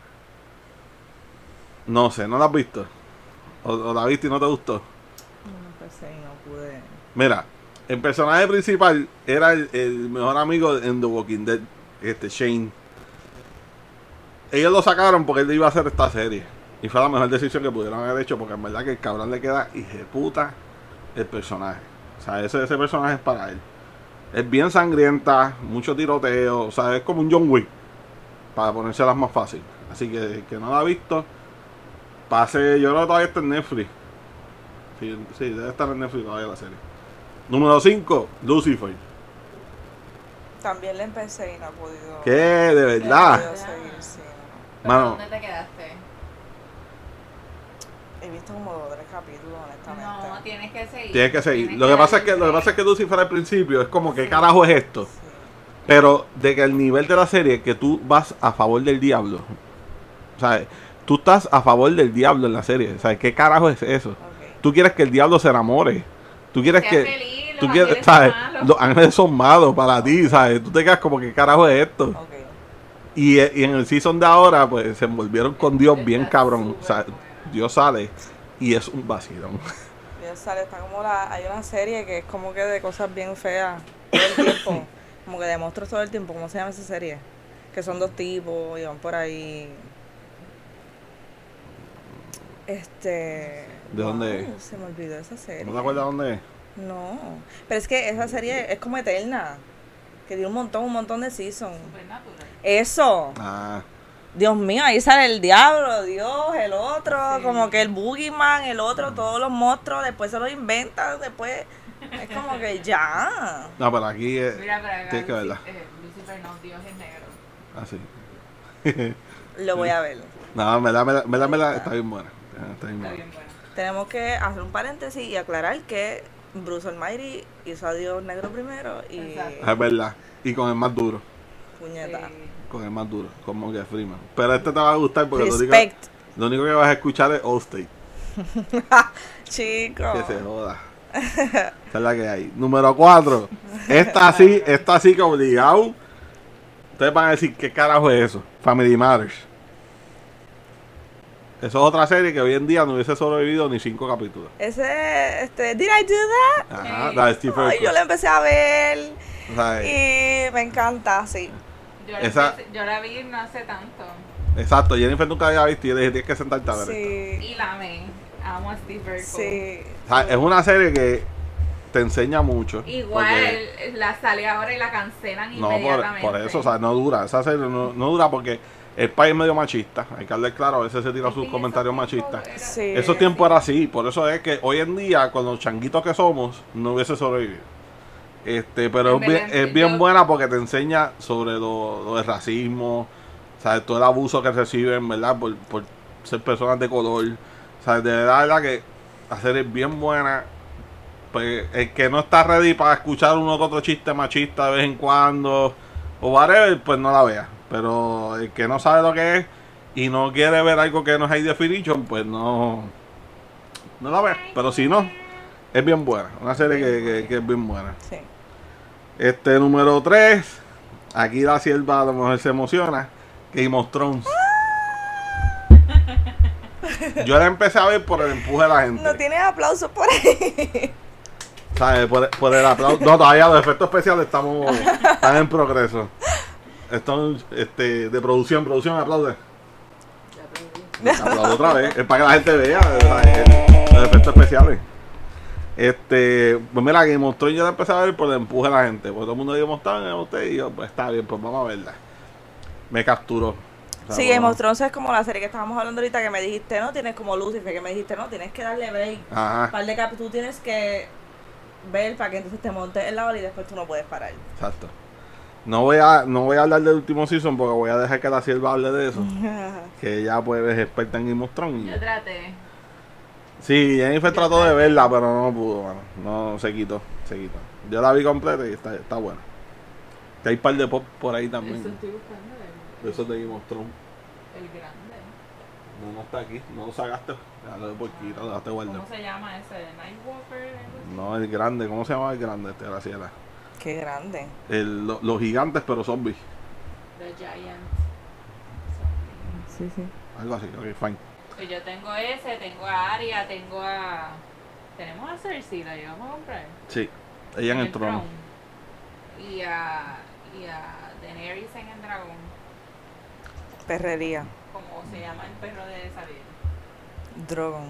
No sé, ¿no la has visto? ¿O la viste y no te gustó? No empecé y no pude. Mira, el personaje principal era el mejor amigo en The Walking Dead, Shane. Ellos lo sacaron porque él iba a hacer esta serie. Y fue la mejor decisión que pudieron haber hecho, porque en verdad que el cabrón le queda hijeputa el personaje. O sea, ese personaje es para él. Es bien sangrienta, mucho tiroteo, o sea, es como un John Wick, para ponérselas más fácil. Así que no la ha visto, pase, yo creo que todavía está en Netflix. Sí, debe estar en Netflix todavía la serie. Número 5, Lucifer. También le empecé y no he podido. ¿Qué? ¿De No he verdad? podido seguir, sí, no. Mano, ¿Dónde te quedaste? He visto como 2 o 3 capítulos, honestamente. No, tienes que seguir. tienes que seguir. Lo que pasa es que Lucifer al principio es como, ¿qué Sí. carajo es esto? Sí. Pero de que el nivel de la serie, que tú vas a favor del diablo. O sea, tú estás a favor del diablo en la serie. O sea, ¿qué carajo es eso? Okay. Tú quieres que el diablo se enamore. Tú quieres Sea que... feliz, los Tú quieres, ángeles ¿sabes? son malos. Los ángeles son malos para ti, ¿sabes? Tú te quedas como, ¿qué carajo es esto? Ok. Y en el season de ahora, pues, se envolvieron con Dios bien Está cabrón. O sea, súper bueno. Dios sale y es un vacilón. Ya sale, está como hay una serie que es como que de cosas bien feas todo el tiempo. Como que de monstruos todo el tiempo. ¿Cómo se llama esa serie? Que son 2 tipos y van por ahí. ¿De dónde es? Se me olvidó esa serie. ¿No te acuerdas dónde es? No. Pero es que esa serie es como eterna. Que tiene un montón de seasons. Supernatural. Eso. Ah, Dios mío, ahí sale el diablo, Dios, el otro, como que el boogeyman, el otro, todos los monstruos, después se los inventan, después es como que ya. no, pero aquí es... Mira, pero acá tienes que verla. Lucifer no, Dios es negro. Así. Lo voy a ver. No, me la está bien buena. Está bien Está buena. bien bueno. Tenemos que hacer un paréntesis y aclarar que Bruce Almighty hizo a Dios negro primero y Exacto. Es verdad. Y con el más duro. puñeta. Sí. Con el más duro. Con Morgan Freeman. Pero este te va a gustar porque Respect. lo único que vas a escuchar es Allstate. Chico. Que se joda. Esa es la que hay. Número 4. Esta sí que obligado. Ustedes van a decir, ¿qué carajo es eso? Family Matters. Eso es otra serie que hoy en día no hubiese sobrevivido ni 5 capítulos. Ese, Did I do that? Ajá, la de Steve Ay, yo Urkel. la empecé a ver O sea, y me encanta, sí. Yo la vi no hace tanto. exacto, Jennifer nunca había visto y yo le dije, tienes que sentarte a ver esto. Sí, Y la amé. Amo a Steve Urkel. sí. O sea, es una serie que te enseña mucho. Igual porque- la sale ahora y la cancelan no, inmediatamente. por eso, o sea, no dura. Esa serie no dura porque el país es medio machista. Hay que hablar claro, a veces se tira Es que sus en comentarios esos tiempos machistas. era- Sí. Esos tiempos era así, por eso es que hoy en día, con los changuitos que somos, no hubiese sobrevivido. Pero En es bien, verdad, es bien yo- buena porque te enseña sobre lo del racismo, o sea, todo el abuso que reciben, ¿verdad? Por ser personas de color. O sea, de verdad que la serie es bien buena. Pues el que no está ready para escuchar uno que otro chiste machista de vez en cuando, o whatever, pues no la vea. Pero el que no sabe lo que es y no quiere ver algo que no es High Definition, pues no la ve. Pero si no, es bien buena. Una serie que es bien buena. Sí. Número 3. Aquí la sierva a lo mejor se emociona. Game of Thrones. Yo la empecé a ver por el empuje de la gente. No tienes aplausos por ahí. ¿Sabes? Por el aplauso. No, todavía los efectos especiales están en progreso. Esto de producción, aplaude. Aplaudo otra vez. Es para que la gente vea, ¿sabes? Los efectos especiales. Pues mira, Game of Thrones yo la empecé a ver por el empuje de la gente. Porque todo el mundo Game of Thrones, usted y yo, pues está bien, pues vamos a verla. Me capturó. O sea, Sí, Game of Thrones es como la serie que estábamos hablando ahorita que me dijiste, no, tienes como Lucifer, que me dijiste, no, tienes que darle break. Ajá. Un par de tú tienes que ver para que entonces te montes en la ola y después tú no puedes parar. Exacto. No voy a hablar del último season porque voy a dejar que la sierva hable de eso. Que ella pues es experta en Game of Thrones. Yo traté. Sí, Jennifer trató de verla, pero no pudo, mano. No, se quitó. Yo la vi completa y está buena. Que hay un par de pop por ahí también. Eso estoy buscando. Eso es de Game of Thrones. El grande. No está aquí. No lo sacaste. Déjalo de por aquí, lo dejaste guardado. ¿Cómo se llama ese? Nightwalker. No, el grande. ¿Cómo se llama el grande, Graciela? Qué grande. Los gigantes, pero zombies. The Giant. Sí, sí. Algo así, ok, fine. Pues yo tengo ese, tengo a Arya, tengo a... Tenemos a Cersei, la llevamos a comprar. Sí, ella en el trono. Y a Daenerys en el dragón. Perrería. Como se llama el perro de Xavier. Drogon.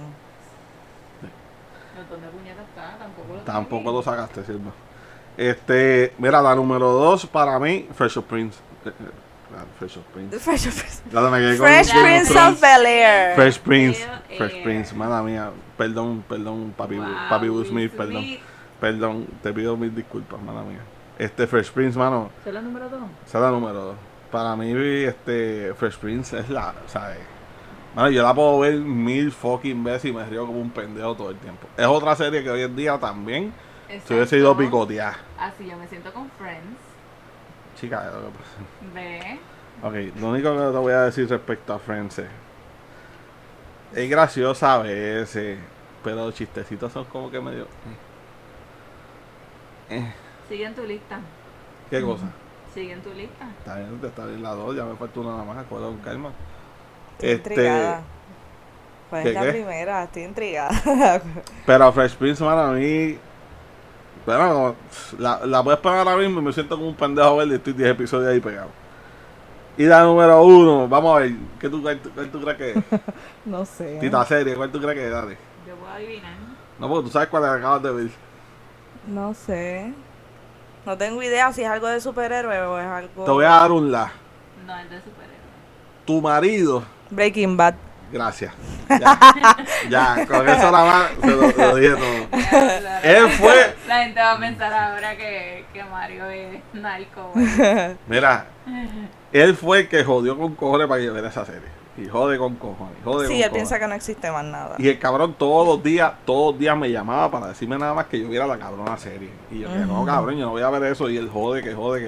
¿Dónde puñeta está? Tampoco lo sacaste, Silva. Mira, la número 2 para mí, Fresh Prince. Fresh Prince. Fresh Prince. Ya me quedé con Fresh Game of Prince Thrones. of Bel-Air. Fresh Prince. Pero, Fresh Prince, mala mía. Perdón, papi, Wow, papi Will Smith, Will perdón. Smith. Perdón, te pido mil disculpas, mala mía. Fresh Prince, mano, ¿Esa es la número 2? esa es la número 2. Para mí, Fresh Prince es ¿sabes? Mano, yo la puedo ver 1000 fucking veces y me río como un pendejo todo el tiempo. Es otra serie que hoy en día también se hubiese ido picotear. Así yo me siento con Friends. Chica, es lo que pasa. Ve. Ok, lo único que te voy a decir respecto a Friends es graciosa a veces, pero los chistecitos son como que medio... Sigue en tu lista. ¿Qué cosa? Sigue en tu lista. Está bien la 2, ya me falta una nada más, acuerdo con calma. Estoy intrigada. ¿Cuál ¿Qué, es la qué? primera? Estoy intrigada. Pero Fresh Prince, mano, a mí... Bueno, la puedes poner ahora mismo y me siento como un pendejo verde y estoy 10 episodios ahí pegado. Y la número 1, vamos a ver, cuál tú crees que es? No sé. Tita serie, ¿cuál tú crees que es? Dale. Yo puedo adivinar. No, porque tú sabes cuál acabas de ver. No sé. No tengo idea si es algo de superhéroe o es algo... Te voy a dar un la. No, es de superhéroe. Tu marido... Breaking Bad. Gracias. Ya, con eso la más se lo dije todo. Él fue... La gente va a pensar ahora que Mario es narco. Güey. Mira, él fue el que jodió con cojones para que yo viera esa serie. Y jode con cojones. Sí, él piensa que no existe más nada. Y el cabrón todos los días me llamaba para decirme nada más que yo viera la cabrona serie. Y yo, que no, cabrón, yo no voy a ver eso. Y él jode.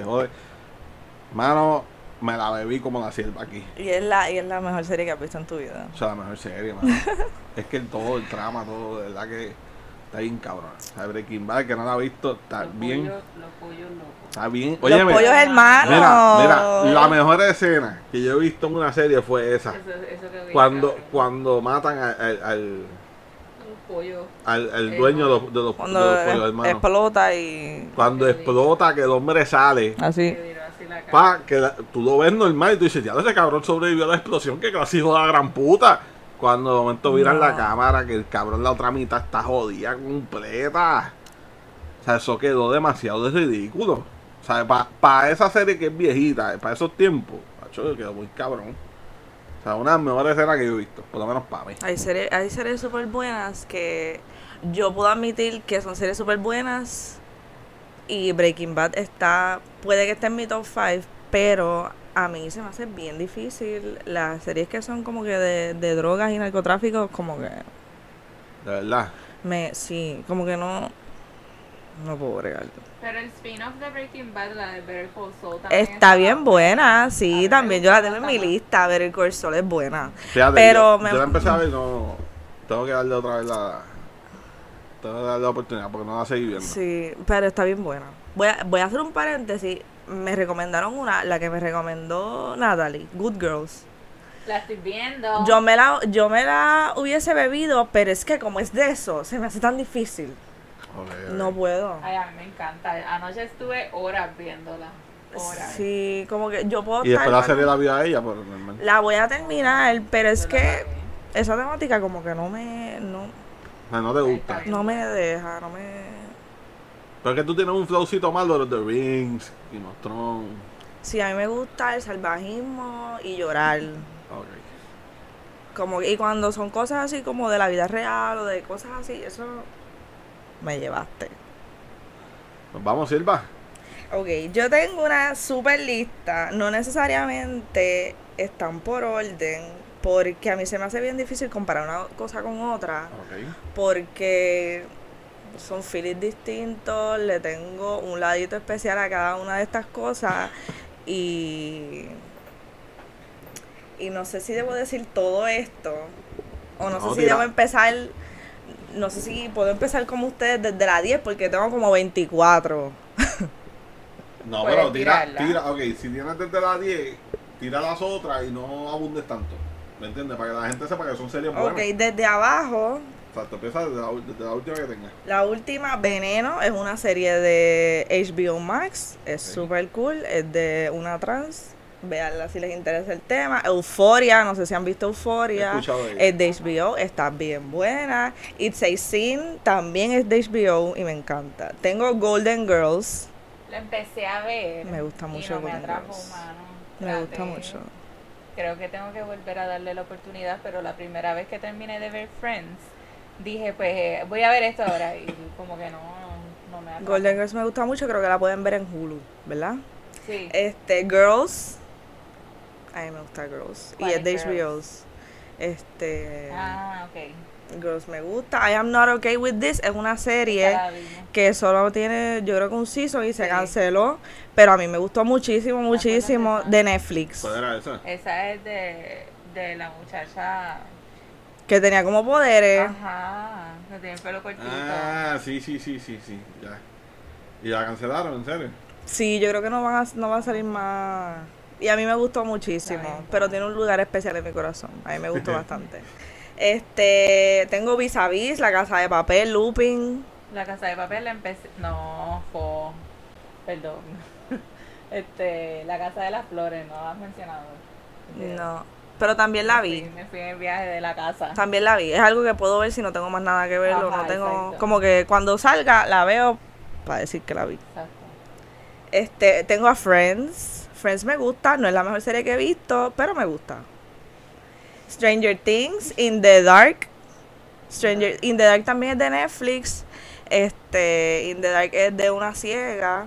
Mano, me la bebí como la sierva aquí. Y es la mejor serie que has visto en tu vida. O sea, la mejor serie, mano. Es que todo el trama, todo, de verdad que está bien cabrón. O sea, Breaking Bad, que no la ha visto, está bien. Los pollos locos. Está bien. Los pollos hermanos. Mira, la mejor escena que yo he visto en una serie fue esa. Eso que vi, Cuando matan al los pollos. al dueño de los Cuando pollos hermanos. explota y... Cuando explota, que el hombre sale. Así. Que viró así la cara. Tú lo ves normal y tú dices, ya ese cabrón sobrevivió a la explosión, que casi hijo de la gran puta. Cuando de momento miran la cámara, que el cabrón la otra mitad está jodida completa. O sea, eso quedó demasiado de ridículo. O sea, para esa serie que es viejita, para esos tiempos, macho, quedó muy cabrón. O sea, una de las mejores escenas que yo he visto, por lo menos para mí. Hay series súper buenas que yo puedo admitir que son series súper buenas y Breaking Bad puede que esté en mi top 5, pero a mí se me hace bien difícil las series que son como que de drogas y narcotráfico, como que... De verdad. Sí, como que no puedo bregar. Pero el spin-off de Breaking Bad, la de Better Call Saul, también Está bien buena, A sí, mí también me yo la gusta tengo en mi bastante. lista, Better Call Saul es buena. Fíjate, Pero yo la empecé a ver, no. Tengo que darle otra vez tengo que darle la oportunidad porque no la seguí viendo. Sí, pero está bien buena. Voy a hacer un paréntesis. Me recomendaron la que me recomendó Natalie, Good Girls. La estoy viendo. Yo me la hubiese bebido, pero es que como es de eso, se me hace tan difícil. Joder. No puedo. Ay, a mí me encanta. Anoche estuve horas viéndola. Horas. Sí, como que yo puedo Y después la estar... serie la vio a ella, pero normal. La voy a terminar, pero es Yo la que vi. esa temática como que no me... O sea, no te gusta. Está bien. No me deja, no me... Pero es que tú tienes un flowcito más de los The Rings, Game of Thrones. Sí, a mí me gusta el salvajismo y llorar. Ok. Como, y cuando son cosas así como de la vida real o de cosas así, eso me llevaste. Pues vamos, Silva. Ok, yo tengo una super lista. No necesariamente están por orden, porque a mí se me hace bien difícil comparar una cosa con otra, Ok. porque son feelings distintos, le tengo un ladito especial a cada una de estas cosas y no sé si debo decir todo esto o no sé No, si tira. debo empezar, no sé si puedo empezar como ustedes desde la 10 porque tengo como 24. No, Puedes pero tira, tirarla. ok, si tienes desde las 10, tira las otras y no abundes tanto. ¿Me entiendes? Para que la gente sepa que son series buenas. Ok, desde abajo, Exacto, empieza desde la última que tengas. la última, Veneno, es una serie de HBO Max, es Ok. super cool, es de una trans, véanla si les interesa el tema. Euphoria, no sé si han visto He Euphoria, escuchado de ella. es de HBO, está bien buena. It's a Sin también es de HBO y me encanta. Tengo Golden Girls, La empecé a ver. Me gusta mucho Y no me Golden atrapó, Girls. mano. me gusta Traté. mucho. Creo que tengo que volver a darle la oportunidad, pero la primera vez que terminé de ver Friends, dije, pues voy a ver esto ahora. Y como que no me atrapó. Golden Girls me gusta mucho, creo que la pueden ver en Hulu, ¿verdad? Sí. Girls, a mí me gusta Girls, y ¿Cuál es de es HBO. Girls? Ok. Girls me gusta. I Am Not Okay With This es una serie Esa la vimos. que solo tiene, yo creo que un season y se Sí. canceló, pero a mí me gustó muchísimo, muchísimo, acuerdas de de esa? Netflix, ¿Cuál era esa? Esa es de la muchacha. que tenía como poderes. Ajá. Que tiene el pelo cortito. Ah, sí, ya. ¿Y la cancelaron, en serio? Sí, yo creo que no va a salir más. Y a mí me gustó muchísimo, Está bien, pero bueno. tiene un lugar especial en mi corazón. A mí me gustó bastante. Tengo Vis a Vis, La Casa de Papel, Lupin. La Casa de Papel la empecé. No, perdón. La Casa de las Flores, no la has mencionado. No, pero también la vi. Me fui en el viaje de la casa. También la vi. Es algo que puedo ver si no tengo más nada que verlo. Ajá, No tengo. exacto. Como que cuando salga la veo para decir que la vi. Exacto. Tengo a Friends. Friends me gusta. No es la mejor serie que he visto, pero me gusta. Stranger Things, In the Dark. In the Dark también es de Netflix. In the Dark es de una ciega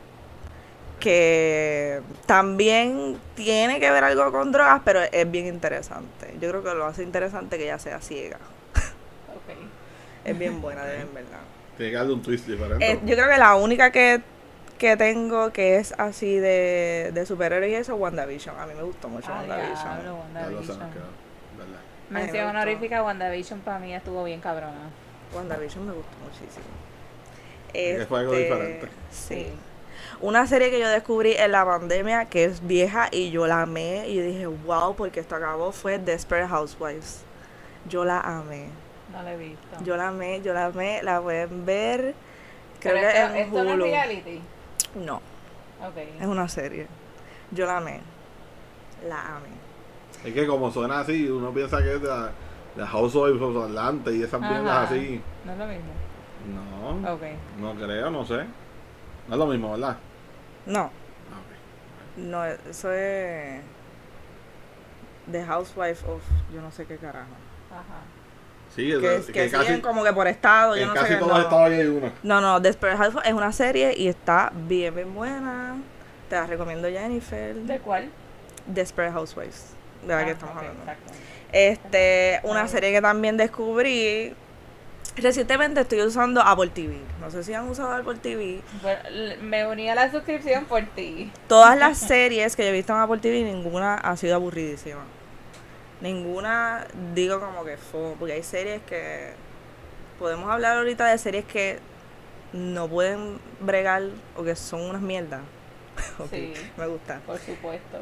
que también tiene que ver algo con drogas, pero es bien interesante. Yo creo que lo hace interesante que ella sea ciega. Ok. Es bien buena, de verdad. Tiene que darle un twist diferente. Yo creo que la única que tengo que es así de superhéroes y eso, WandaVision. A mí me gustó mucho WandaVision. Ya lo se nos WandaVision. quedó, ¿verdad? Mención me gustó. honorífica, WandaVision para mí estuvo bien cabrona. WandaVision me gustó muchísimo. que fue algo diferente. Sí. Una serie que yo descubrí en la pandemia que es vieja y yo la amé y yo dije, wow, porque esto acabó, fue Desperate Housewives. Yo la amé. No la he visto. Yo la amé, la pueden ver. Creo Pero que esto, en esto no es Hulu. reality. No, Ok. es una serie. Yo la amé. La amé. Es que como suena así, uno piensa que es de Housewives of Atlanta y esas mierdas Ajá. así. No es lo mismo. No, Ok. no creo, no sé. No es lo mismo, ¿verdad? No, Ah, ok. no, eso es The Housewife of yo no sé qué carajo. Ajá. Sí, Que siguen como que por estado, yo en no casi sé qué. todos los estados hay uno. No, Desperate Housewives es una serie y está bien, bien buena. Te la recomiendo, Jennifer. ¿De cuál? Desperate Housewives, de la que estamos ok, hablando. Exacto. Una serie que también descubrí. Recientemente estoy usando Apple TV. No sé si han usado Apple TV. Bueno, me uní a la suscripción por ti. Todas las series que yo he visto en Apple TV, ninguna ha sido aburridísima. Ninguna, digo como que fue, porque hay series que podemos hablar ahorita de series que no pueden bregar o que son unas mierdas. Ok, Sí. me gusta. Por supuesto.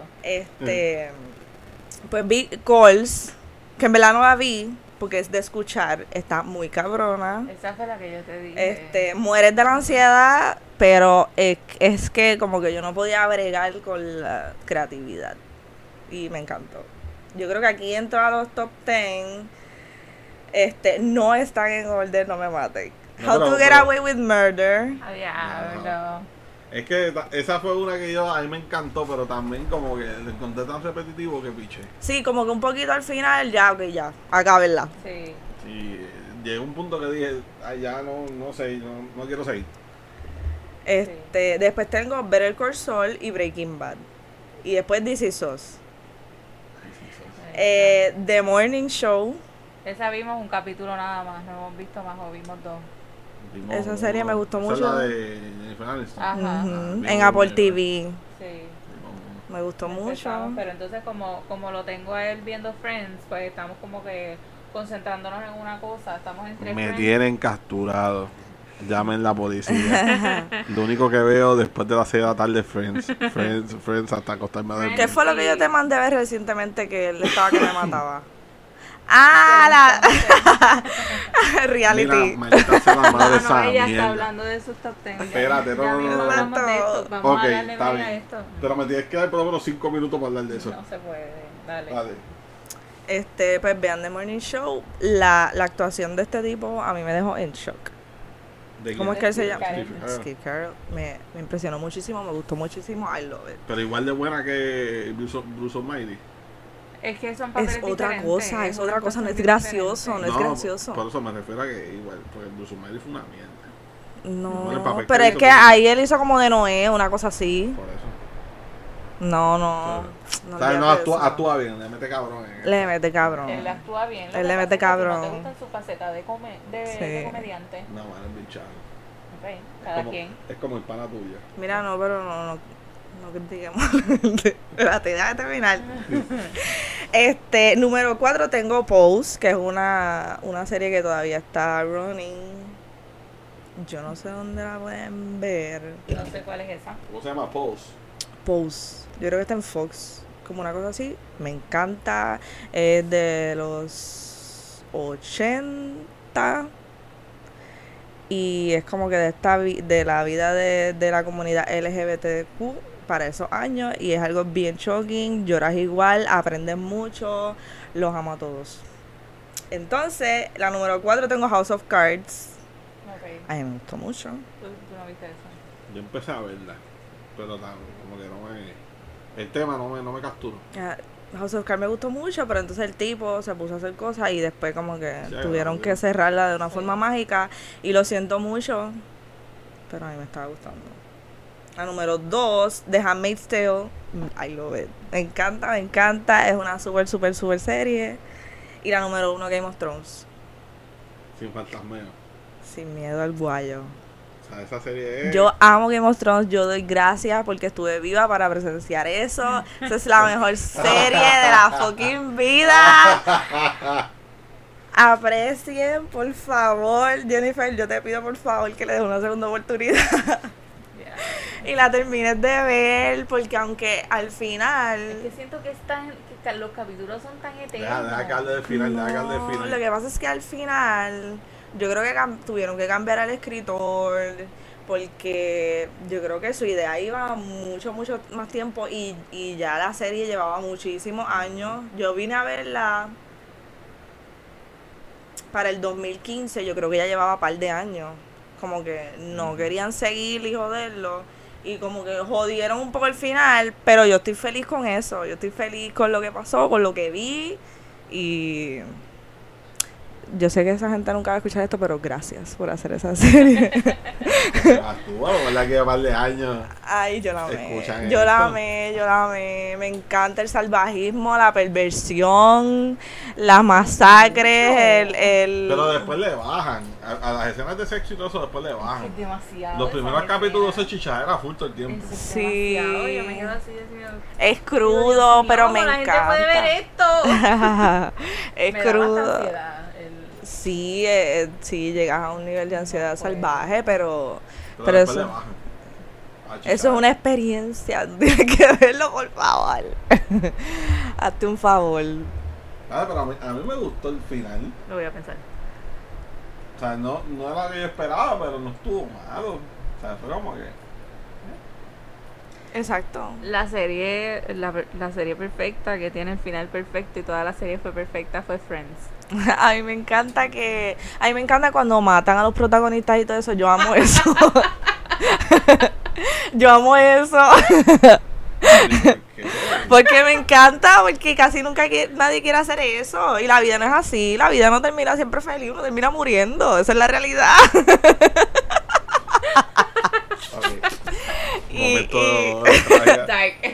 Pues vi Calls, que en verdad no la vi porque es de escuchar, está muy cabrona. Esa fue la que yo te dije. Mueres de la ansiedad, pero es que como que yo no podía bregar con la creatividad y me encantó. Yo creo que aquí entro a los top 10. No están en orden, no me maten. No, How pero- to Get pero- Away with Murder. A diablo. Es que esa fue una que a mí me encantó, pero también como que lo encontré tan repetitivo que piché. Sí, como que un poquito al final, ya, ok, ya, acábenla. Sí. Y llegó un punto que dije, ay, ya no sé, no quiero seguir. Después tengo Better Call Saul y Breaking Bad. Y después This Is Us. The Morning Show. Esa vimos un capítulo nada más, no hemos visto más o vimos dos. Vimos- Esa serie me gustó esa mucho. Es la de Jennifer Aniston. Ajá. Ujú, vimos en Apple una. TV. Sí. Vimos Me gustó Empezamos, mucho. pero entonces como lo tengo a él viendo Friends, pues estamos como que concentrándonos en una cosa, estamos entre Me Friends. tienen capturado. Llamen la policía. Lo único que veo después de las 6 de la tarde es Friends hasta acostarme a dormir. ¿Qué fue lo que yo te mandé a ver recientemente que él estaba que me mataba? Ah, la reality. Mira, maldita sea la madre de esa ella está mierda. hablando de sus top 10. Espérate, no, Ya no, mismo no, no. hablamos de esto. Vamos Ok, a darle está break a bien. esto. Pero me tienes que dar por lo menos 5 minutos para hablar de eso. No se puede, dale. Vale. Pues vean The Morning Show. La actuación de este tipo a mí me dejó en shock. ¿De ¿Cómo quién? es que él se Steve llama? Carell. Steve Carell. Steve Carell. Me impresionó muchísimo, me gustó muchísimo. I love it. Pero igual de buena que Bruce Almighty. Es que son papeles Es otra diferentes, cosa, es otra una cosa, no es actuación gracioso, diferente. no es gracioso. Por eso me refiero a que igual, porque Bruce Almighty fue una mierda. No, el papel pero que es hizo que con- ahí él hizo como de Noé, una cosa así. Por eso. No. ¿Sabes? olvídate No, de actúa, eso. actúa bien, le mete cabrón. Le mete cabrón. Él actúa bien. lo Él que le pasa mete es que si cabrón. No te gusta su faceta de Sí. comediante. No, man, es bien chavo. Ok, Es cada como- quien. Es como el pana tuyo. Mira, no, pero no critiquemos. Espérate, déjame terminar. Número 4 tengo Pose, que es una serie que todavía está running. Yo no sé dónde la pueden ver. No sé cuál es esa. ¿Cómo se llama? Pose. Pose. Yo creo que está en Fox. Como una cosa así. Me encanta. Es de los 80. Y es como que de la vida de la comunidad LGBTQ para esos años. Y es algo bien shocking. Lloras igual, aprendes mucho. Los amo a todos. Entonces, la número 4 tengo House of Cards. Ok. A mí me gustó mucho. Tú no viste eso. Yo empecé a verla, pero como que no me... El tema no me capturó. Ah, House of Cards me gustó mucho, pero entonces el tipo se puso a hacer cosas y después como que Sí, tuvieron obvio. que cerrarla de una Sí. forma mágica y lo siento mucho, pero a mí me estaba gustando. La número 2, The Handmaid's Tale, I love it. Me encanta, es una super serie. Y la número 1, Game of Thrones, Sin fantasmeo. Sin miedo al guayo. O sea, esa serie es... Yo amo Game of Thrones, yo doy gracias porque estuve viva para presenciar eso. Esa es la mejor serie de la fucking vida. Aprecien, por favor, Jennifer, yo te pido por favor que le des una segunda oportunidad Yeah. y la termines de ver, porque aunque al Es final... que siento que los capítulos son tan eternos. Deja que hable del final, deja que hable del No, final. lo que pasa es que al final yo creo que tuvieron que cambiar al escritor porque yo creo que su idea iba mucho más tiempo y ya la serie llevaba muchísimos años. Yo vine a verla para el 2015, yo creo que ya llevaba un par de años. Como que no querían seguir y joderlo. Y como que jodieron un poco el final, pero yo estoy feliz con eso. Yo estoy feliz con lo que pasó, con lo que vi. Y yo sé que esa gente nunca va a escuchar esto, pero gracias por hacer esa serie. Actúa, ¿verdad? Que lleva un par de años. Ay, yo la amé. Escuchan Yo la esto. amé, yo la amé. Me encanta el salvajismo, la perversión, las masacres, Pero después le bajan. A las escenas de sexo y todo eso después le bajan. Es demasiado. Los esa primeros escena. capítulos se chichadera full todo el tiempo. Eso es Sí. demasiado, yo me quedo así diciendo, Es Dios crudo, mío, pero ¿cómo me la encanta. gente puede ver esto? Es Me da bastante crudo. ansiedad Sí, sí, llegas a un nivel de ansiedad No puede. salvaje, pero Pero después eso- le bajan. A eso es chichar. una experiencia. Tienes que verlo, por favor. Hazte un favor. Ah, pero a mí me gustó el final. Lo voy a pensar. O sea, no era lo que yo esperaba, pero no estuvo malo. O sea, fue como que... Exacto. La serie perfecta que tiene el final perfecto y toda la serie fue perfecta fue Friends. A mí me encanta cuando matan a los protagonistas y todo eso. Yo amo eso. Yo amo eso. Porque me encanta, porque casi nunca nadie quiere hacer eso. Y la vida no es así. La vida no termina siempre feliz, uno termina muriendo. Esa es la realidad. Momento Dark.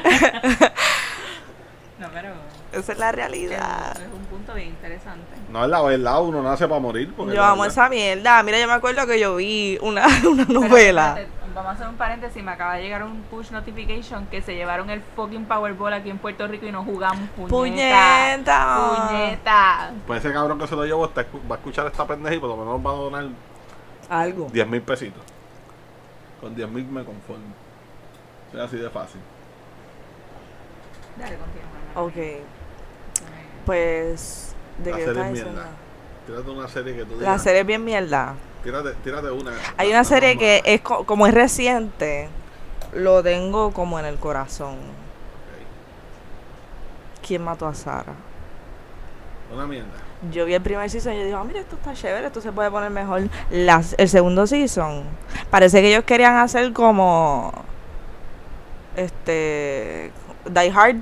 No, pero esa es la realidad. es un punto bien interesante. No es la verdad, uno nace para morir. Porque Yo la amo verdad- esa mierda. Mira, yo me acuerdo que yo vi una Pero novela. espérate, vamos a hacer un paréntesis. Me acaba de llegar un push notification que se llevaron el fucking Powerball aquí en Puerto Rico y no jugamos. ¡Puñeta! Puñeta. Pues ese cabrón que se lo llevó va a escuchar esta pendeja y por lo menos va a donar Algo. 10,000 pesitos. Con 10,000 me conformo. Es así de fácil. Dale, continúa. Ok, pues... ¿De La qué serie estás es diciendo? mierda. Tírate una serie que tú La digas. serie es bien mierda. Tírate una. Hay una serie que es como es reciente, lo tengo como en el corazón. ¿Quién mató a Sara? Una mierda. Yo vi el primer season y yo digo, mira, esto está chévere, esto se puede poner mejor. El segundo season, parece que ellos querían hacer como Die Hard,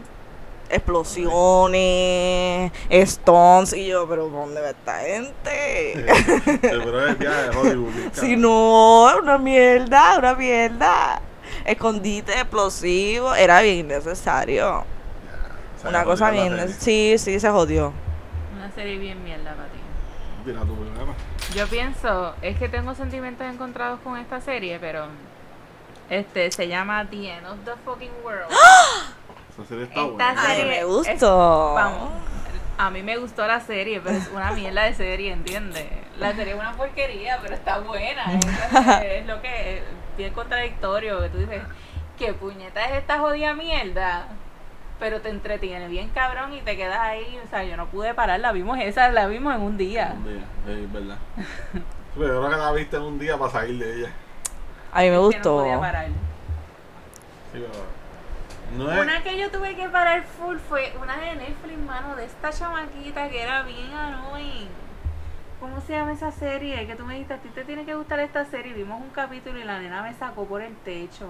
explosiones, stones, y yo, pero ¿dónde va esta gente? Pero es ya de Hollywood. Si no, una mierda. Escondite explosivo, era bien necesario. Una cosa bien, sí, se jodió. Una serie bien mierda para ti. Tira tu primero. Yo pienso, es que tengo sentimientos encontrados con esta serie, pero se llama The End of the Fucking World. Esa serie está Esta buena. serie- Ay, me es- gustó. Vamos, a mí me gustó la serie, pero es una mierda de serie, ¿entiendes? La serie es una porquería, pero está buena. Es lo que es bien contradictorio, que tú dices, ¿qué puñeta es esta jodida mierda? Pero te entretiene bien cabrón y te quedas ahí, o sea, yo no pude parar, la vimos en un día. Un día, es verdad. Pero yo creo que la viste en un día para salir de ella. A mí me Es que gustó. no podía parar. Sí, pero no es. Una que yo tuve que parar full fue una de Netflix, mano, de esta chamaquita que era bien annoying. ¿Cómo se llama esa serie? Que tú me dijiste, a ti te tiene que gustar esta serie. Vimos un capítulo y la nena me sacó por el techo.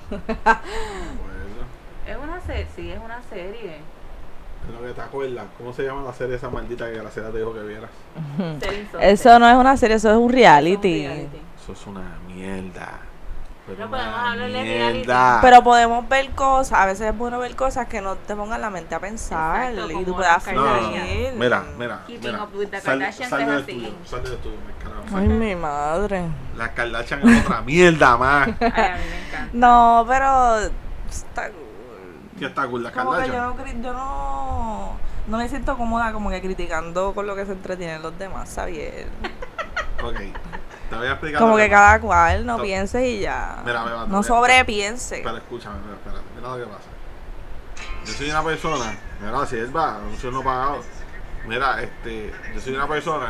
Bueno, Es una serie, sí, es una serie. es lo que te acuerdas. ¿Cómo se llama la serie esa maldita que Graciela te dijo que vieras? Selling Sunset. Eso no es una serie, eso es un reality. Es un reality. Eso es una mierda. Pero No podemos una hablar de mierda. Pero podemos ver cosas, a veces es bueno ver cosas que no te pongan la mente a pensar Exacto, y como tú puedas las No, no, no. fluir. Mira. Keeping up with the Sal Kardashians del es así. estudio, sal del estudio, me carajo. Ay, mi madre. Las Kardashian es otra mierda más. Ay, a mí me encanta. No, pero está cool. ¿Qué está cool? Las Como que Kardashian. yo no me siento cómoda como que criticando con lo que se entretienen los demás, Xavier. Ok. Te voy a explicar. Como lo que pasa. cada cual no No. piense y ya. Mira, me va, No te voy a- sobrepiense. Pero escúchame, espérate. Mira lo que pasa. Yo soy una persona. Mira, si él va, anuncio no pagado. Mira, yo soy una persona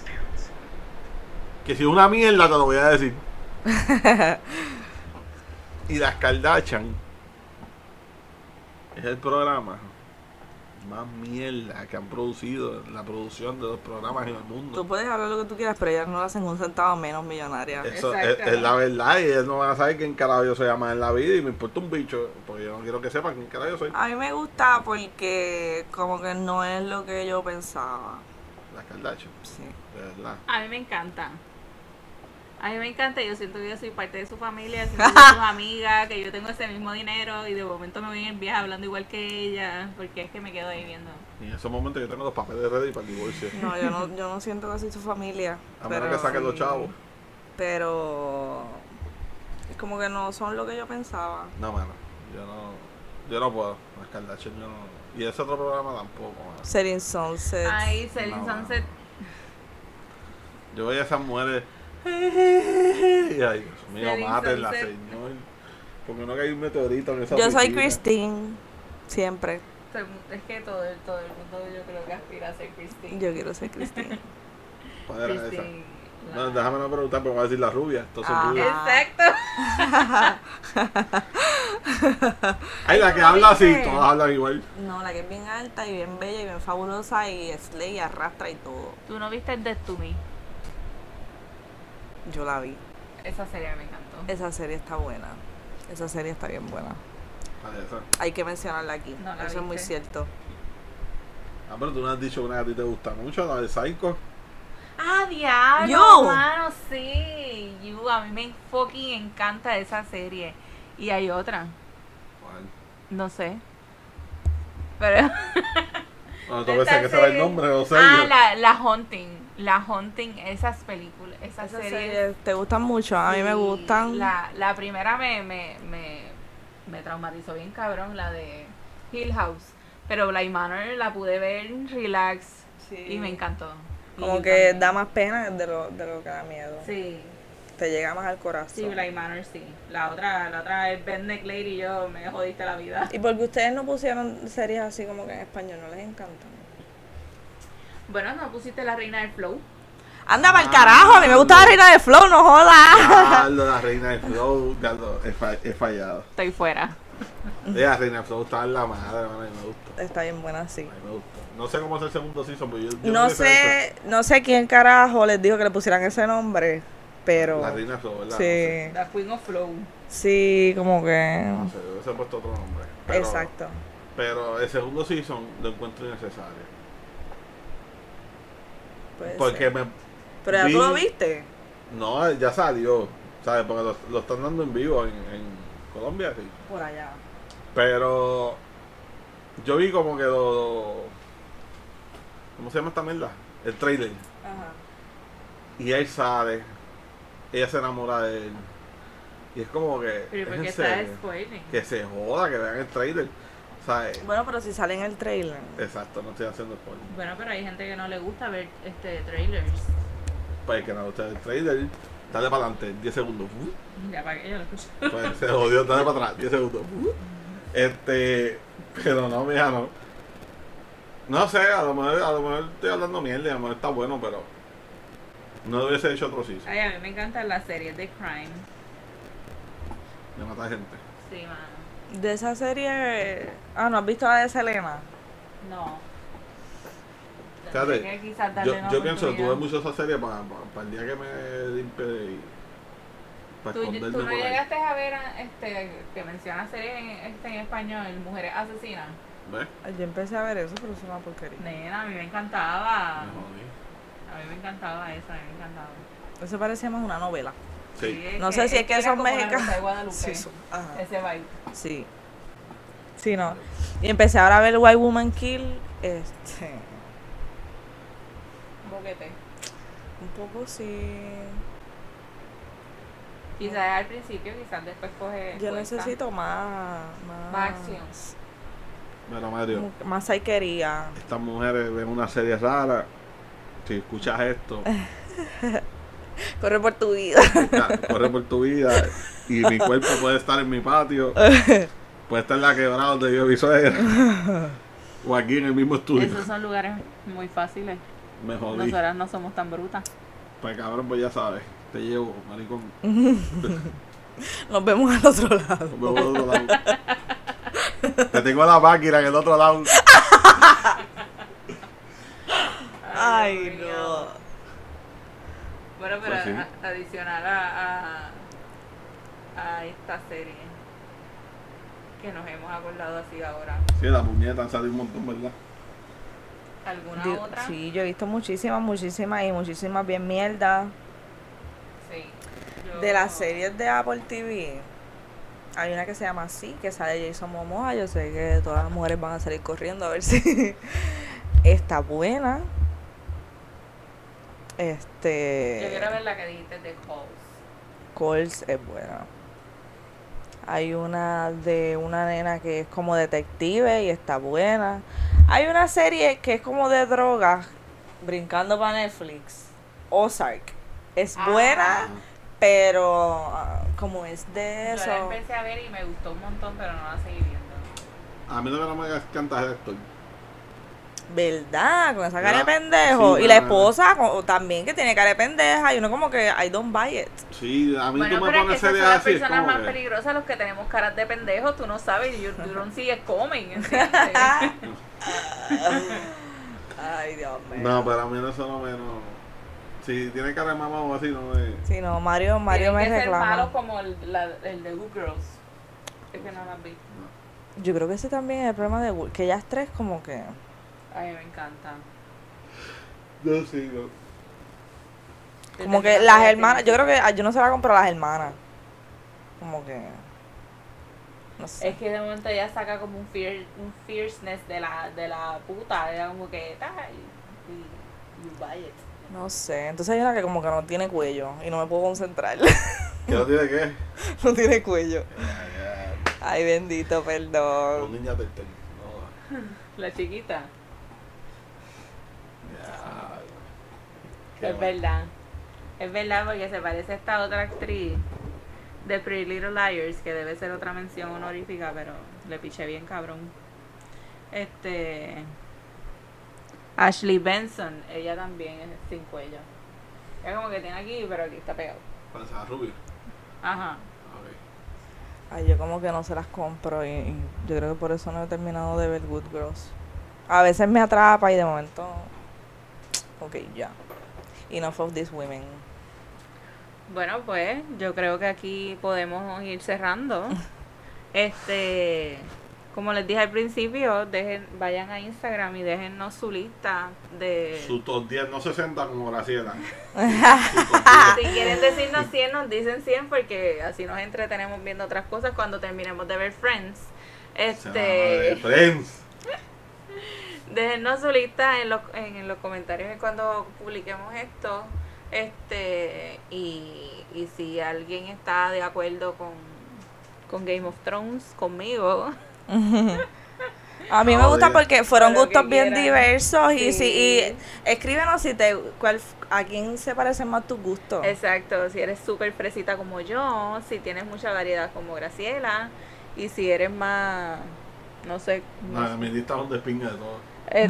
que si es una mierda te lo voy a decir. Y las Kardashian es el programa más mierda que han producido la producción de los programas en el mundo. Tú puedes hablar lo que tú quieras, pero ellas no lo hacen un centavo menos millonaria. Eso Exacto. es la verdad y ellos no van a saber quién carajo yo soy más en la vida y me importa un bicho porque yo no quiero que sepan quién carajo yo soy. A mí me gusta porque como que no es lo que yo pensaba. Las Kardashian, Sí. de verdad. A mí me encanta. A mí me encanta, yo siento que yo soy parte de su familia, siento que soy sus amigas, que yo tengo ese mismo dinero y de momento me voy en el viaje hablando igual que ella, porque es que me quedo ahí viendo. Y en esos momentos yo tengo los papeles ready para el divorcio. No, yo no siento que soy su familia. A menos que saquen los chavos. Pero es como que no son lo que yo pensaba. No, mano. Yo no puedo. Las Kardashian yo no. Y ese otro programa tampoco, mano. Selling Sunset. Ay, Selling No, Sunset. Yo veía a esas mujeres. Y ay, Dios mío, Selling mátenla, Sunset. señor. Porque no cae un meteorito en esa Yo soy oficina. Christine. Siempre. Es que todo el mundo yo creo que aspira a ser Christine. Yo quiero ser Christine. ¿Cuál era esa? Christine. No, déjame no preguntar porque me va a decir la rubia. Entonces Ajá. rubia. Exacto. Ay, la que ¿no habla así, viste? todas hablan igual. No, la que es bien alta y bien bella y bien fabulosa y slay y arrastra y todo. ¿Tú no viste Dead to Me? Yo la vi. Esa serie me encantó. Esa serie está buena. Esa serie está bien buena. Vale, esa. Hay que mencionarla aquí. No la Eso es muy viste. cierto. Ah, pero tú no has dicho una que a ti te gusta mucho, la de Psycho. Ah, diablo, You. mano, sí. You, a mí me fucking encanta esa serie. Y hay otra, ¿Cuál? no sé. Pero... Bueno, tú Esta pensé que ese era el serie- nombre, o sea, la Haunting. La Haunting, esas películas, esas Esas series. series te gustan mucho. A mí me Sí, gustan. La primera me traumatizó bien cabrón, la de Hill House. Pero Bly Manor la pude ver relax Sí. y me encantó. Como Y que también- da más pena de lo que da miedo. Sí, Te llega más al corazón. sí, Bly Manor sí. La otra es Ben Lady y yo me jodiste la vida. ¿Y porque ustedes no pusieron series así como que en español? ¿No les encantan? Bueno, no pusiste La Reina del Flow. Anda para el carajo, a mí me gusta la Reina de Flow, no jodas. Diablo, la reina del flow, diablo, he fallado. Estoy fuera. La reina del flow estaba en la madre, hermano, a mí me gusta. Está bien buena, sí. A mí me gusta. No sé cómo es el segundo season, pero yo No sé sé, no sé quién carajo les dijo que le pusieran ese nombre, pero La reina del flow, ¿verdad? sí, La Queen of Flow. sí, como que No sé, se ha puesto otro nombre. Pero, exacto. Pero el segundo season lo encuentro innecesario. Puede Porque ser. me. Pero ya vi- tú lo viste. No, ya salió, ¿sabes? Porque lo están dando en vivo en Colombia, sí. Por allá. Pero yo vi como que ¿cómo se llama esta mierda? El trailer. Ajá. Y él sale, ella se enamora de él. Y es como que. Pero ¿es ¿por en qué está serio? spoiling? Que se joda, que vean el trailer. ¿Sabes? Bueno, pero si sale en el trailer. Exacto, no estoy haciendo spoiler. Bueno, pero hay gente que no le gusta ver trailers. Pues que no, usted el trailer, dale para adelante, 10 segundos. Ya para que yo lo escuche. Pues se jodió, dale para atrás, 10 segundos. Pero no, mija, no. No sé, a lo mejor estoy hablando mierda, a lo mejor está bueno, pero no lo hubiese hecho otro season. Ay, a mí me encantan las series de crime. De matar gente. Sí, mano. De esa serie. Ah, ¿no has visto la de Selena? No. Fíjate, Tendré que quizás darle una yo pienso, tuve oportunidad. mucho esa serie para el día que me limpie y para ¿Tú esconderme no por ahí. llegaste a ver que menciona series en español, Mujeres Asesinas? ¿Ves? Ay, yo empecé a ver eso, pero es una porquería. Nena, a mí me encantaba. Me jodí. A mí me encantaba esa, a mí me encantaba. Eso parecía más una novela. Sí. No sé si es que era son como la mexicanos. Rosa de Guadalupe, Sí, ajá. ese vibe. Sí. Sí, no. Y empecé ahora a ver White Woman Kill. Un boquete. Un poco sí. Quizás al principio, quizás después coge. Yo fuerza. necesito más. Más acción. Pero Mario, Más saiquería. estas mujeres ven una serie rara. Si escuchas esto, Corre por tu vida. corre por tu vida y mi cuerpo puede estar en mi patio, puede estar en la quebrada donde vive mi suegra o aquí en el mismo estudio. Esos son lugares muy fáciles. Me jodí. Nosotras no somos tan brutas. Pues cabrón, pues ya sabes, te llevo, maricón. Nos vemos al otro lado. Nos vemos al otro lado. Te tengo la máquina en el otro lado. Ay, Dios mío. no. Bueno, pero Pues sí. adicional a esta serie que nos hemos acordado así ahora, Sí, la puñeta han salido un montón, ¿verdad? ¿alguna otra? Sí, yo he visto muchísimas y muchísimas bien mierda. Sí. De las series de Apple TV, hay una que se llama así, que sale Jason Momoa. Yo sé que todas las mujeres van a salir corriendo a ver si está buena. Yo quiero ver la que dijiste de Calls. Calls es buena. Hay una de una nena que es como detective y está buena. Hay una serie que es como de drogas, brincando para Netflix, Ozark. Es buena, pero como es de Yo la eso. empecé a ver y me gustó un montón, pero no la seguí viendo. A mí lo que no me encanta es el actor. ¿Verdad? Con esa cara de Mira, pendejo. sí, Y la mira. esposa también que tiene cara de pendeja. Y uno como que, I don't buy it. Sí, a mí Bueno, tú me pero es que pones esas son series las así, es personas como más que... peligrosas, los que tenemos caras de pendejos, tú no sabes, you don't see it coming, ¿entiendes? Ay, Dios mío. No, pero a mí eso no me... No. Si tiene cara de mamá o así, no me... Sí, no, Mario Tienen me que ser malos reclama. como el de Good Girls. Es que no las vi. Yo creo que ese también es el problema de Will, que ellas tres como que... A mí me encanta. No, sí, no. Como que las hermanas, yo creo que yo no se la compro a las hermanas. Como que... No sé. Es que de momento ella saca como un fierceness de la puta. Ella como que... y you buy it. No sé. Entonces hay una que como que no tiene cuello y no me puedo concentrar. ¿Qué no tiene qué? No tiene cuello. Ya, Ay, bendito, Los perdón. niñas del ten. No, La chiquita. ya. Qué Es mal. verdad. Es verdad porque se parece a esta otra actriz de Pretty Little Liars, que debe ser otra mención honorífica, pero le piché bien cabrón. Ashley Benson, ella también es sin cuello. Es como que tiene aquí, pero aquí está pegado. Parece a Rubio. Ajá. Ok. Ay, yo como que no se las compro y yo creo que por eso no he terminado de ver Good Girls. A veces me atrapa y de momento... Ok, ya. Enough of these women. Bueno, pues yo creo que aquí podemos ir cerrando. Como les dije al principio, vayan a Instagram y déjennos su lista de... Su top 10, no 60 como Graciela. Si quieren decirnos 100, nos dicen 100 porque así nos entretenemos viendo otras cosas cuando terminemos de ver Friends. Friends. Déjennos su lista en los comentarios cuando publiquemos esto. Y si alguien está de acuerdo con Game of Thrones, conmigo, A mí me No, gusta diga. porque fueron Lo que gustos bien quieran. diversos Sí. y escríbenos a quién se parecen más tus gustos. exacto, si eres súper fresita como yo, si tienes mucha variedad como Graciela, y si eres más, no sé, No, mi lista es un despingue de todo.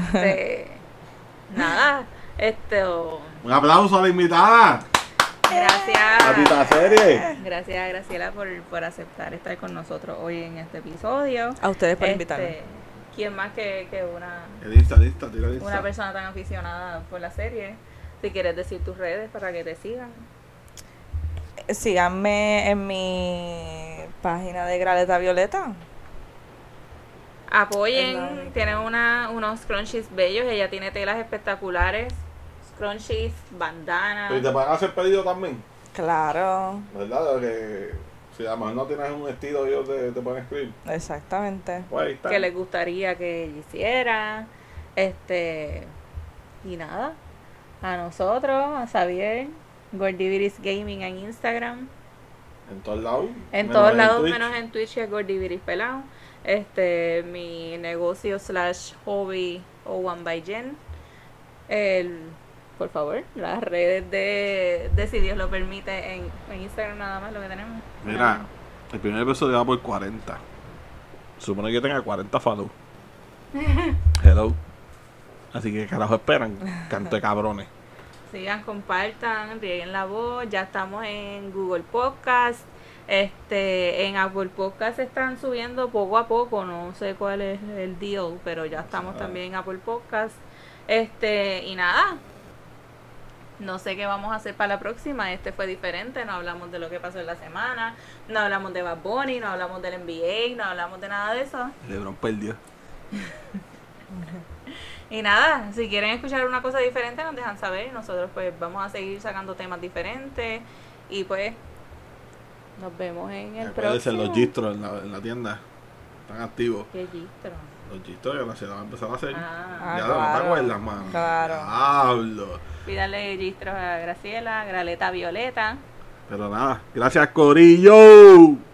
nada, Un aplauso a la invitada. Patita gracias. serie. Gracias, Graciela, por aceptar estar con nosotros hoy en este episodio. A ustedes por invitarme. ¿Quién más que Lista, tira una lista. persona tan aficionada por la serie? Si quieres decir tus redes para que te sigan. Síganme en mi página de Graleta Violeta. Es la Apoyen, única. tiene unos scrunchies bellos, ella tiene telas espectaculares, scrunchies, bandanas. ¿Y te pueden hacer pedido también? Claro, ¿Verdad? Que si a lo mejor no tienes un estilo, ellos te pueden escribir. exactamente. Pues ahí está. Que les gustaría que ella hiciera. Y nada, a nosotros, a Xavier, Gordiviris Gaming en Instagram, En todos lados. en menos todos lados Twitch. menos en Twitch, que es Gordiviris Pelao. Mi negocio / hobby o One by Jen. Por favor, las redes de si Dios lo permite en Instagram nada más lo que tenemos. Mira, el primer episodio va por 40. Supone que yo tenga 40 follows. Hello. Así que carajo esperan. Canto de cabrones. Sigan, compartan, rieguen la voz. Ya estamos en Google Podcast. En Apple Podcast se están subiendo poco a poco. No sé cuál es el deal, pero ya estamos también en Apple Podcast. Y nada. No sé qué vamos a hacer para la próxima. Fue diferente. No hablamos de lo que pasó en la semana. No hablamos de Bad Bunny. No hablamos del NBA. No hablamos de nada de eso. LeBron perdió. Y nada, si quieren escuchar una cosa diferente nos dejan saber. Nosotros pues vamos a seguir sacando temas diferentes. Y pues nos vemos en el Puede ser próximo. los gistros en la tienda. Están activos. Qué gistro. Los gistros que la ciudad va a empezar a hacer. Ah, Ya claro. no te acuerdas, mano. Claro. Diablo. pídale gistros a Graciela, Graleta Violeta. Pero nada, gracias Corillo.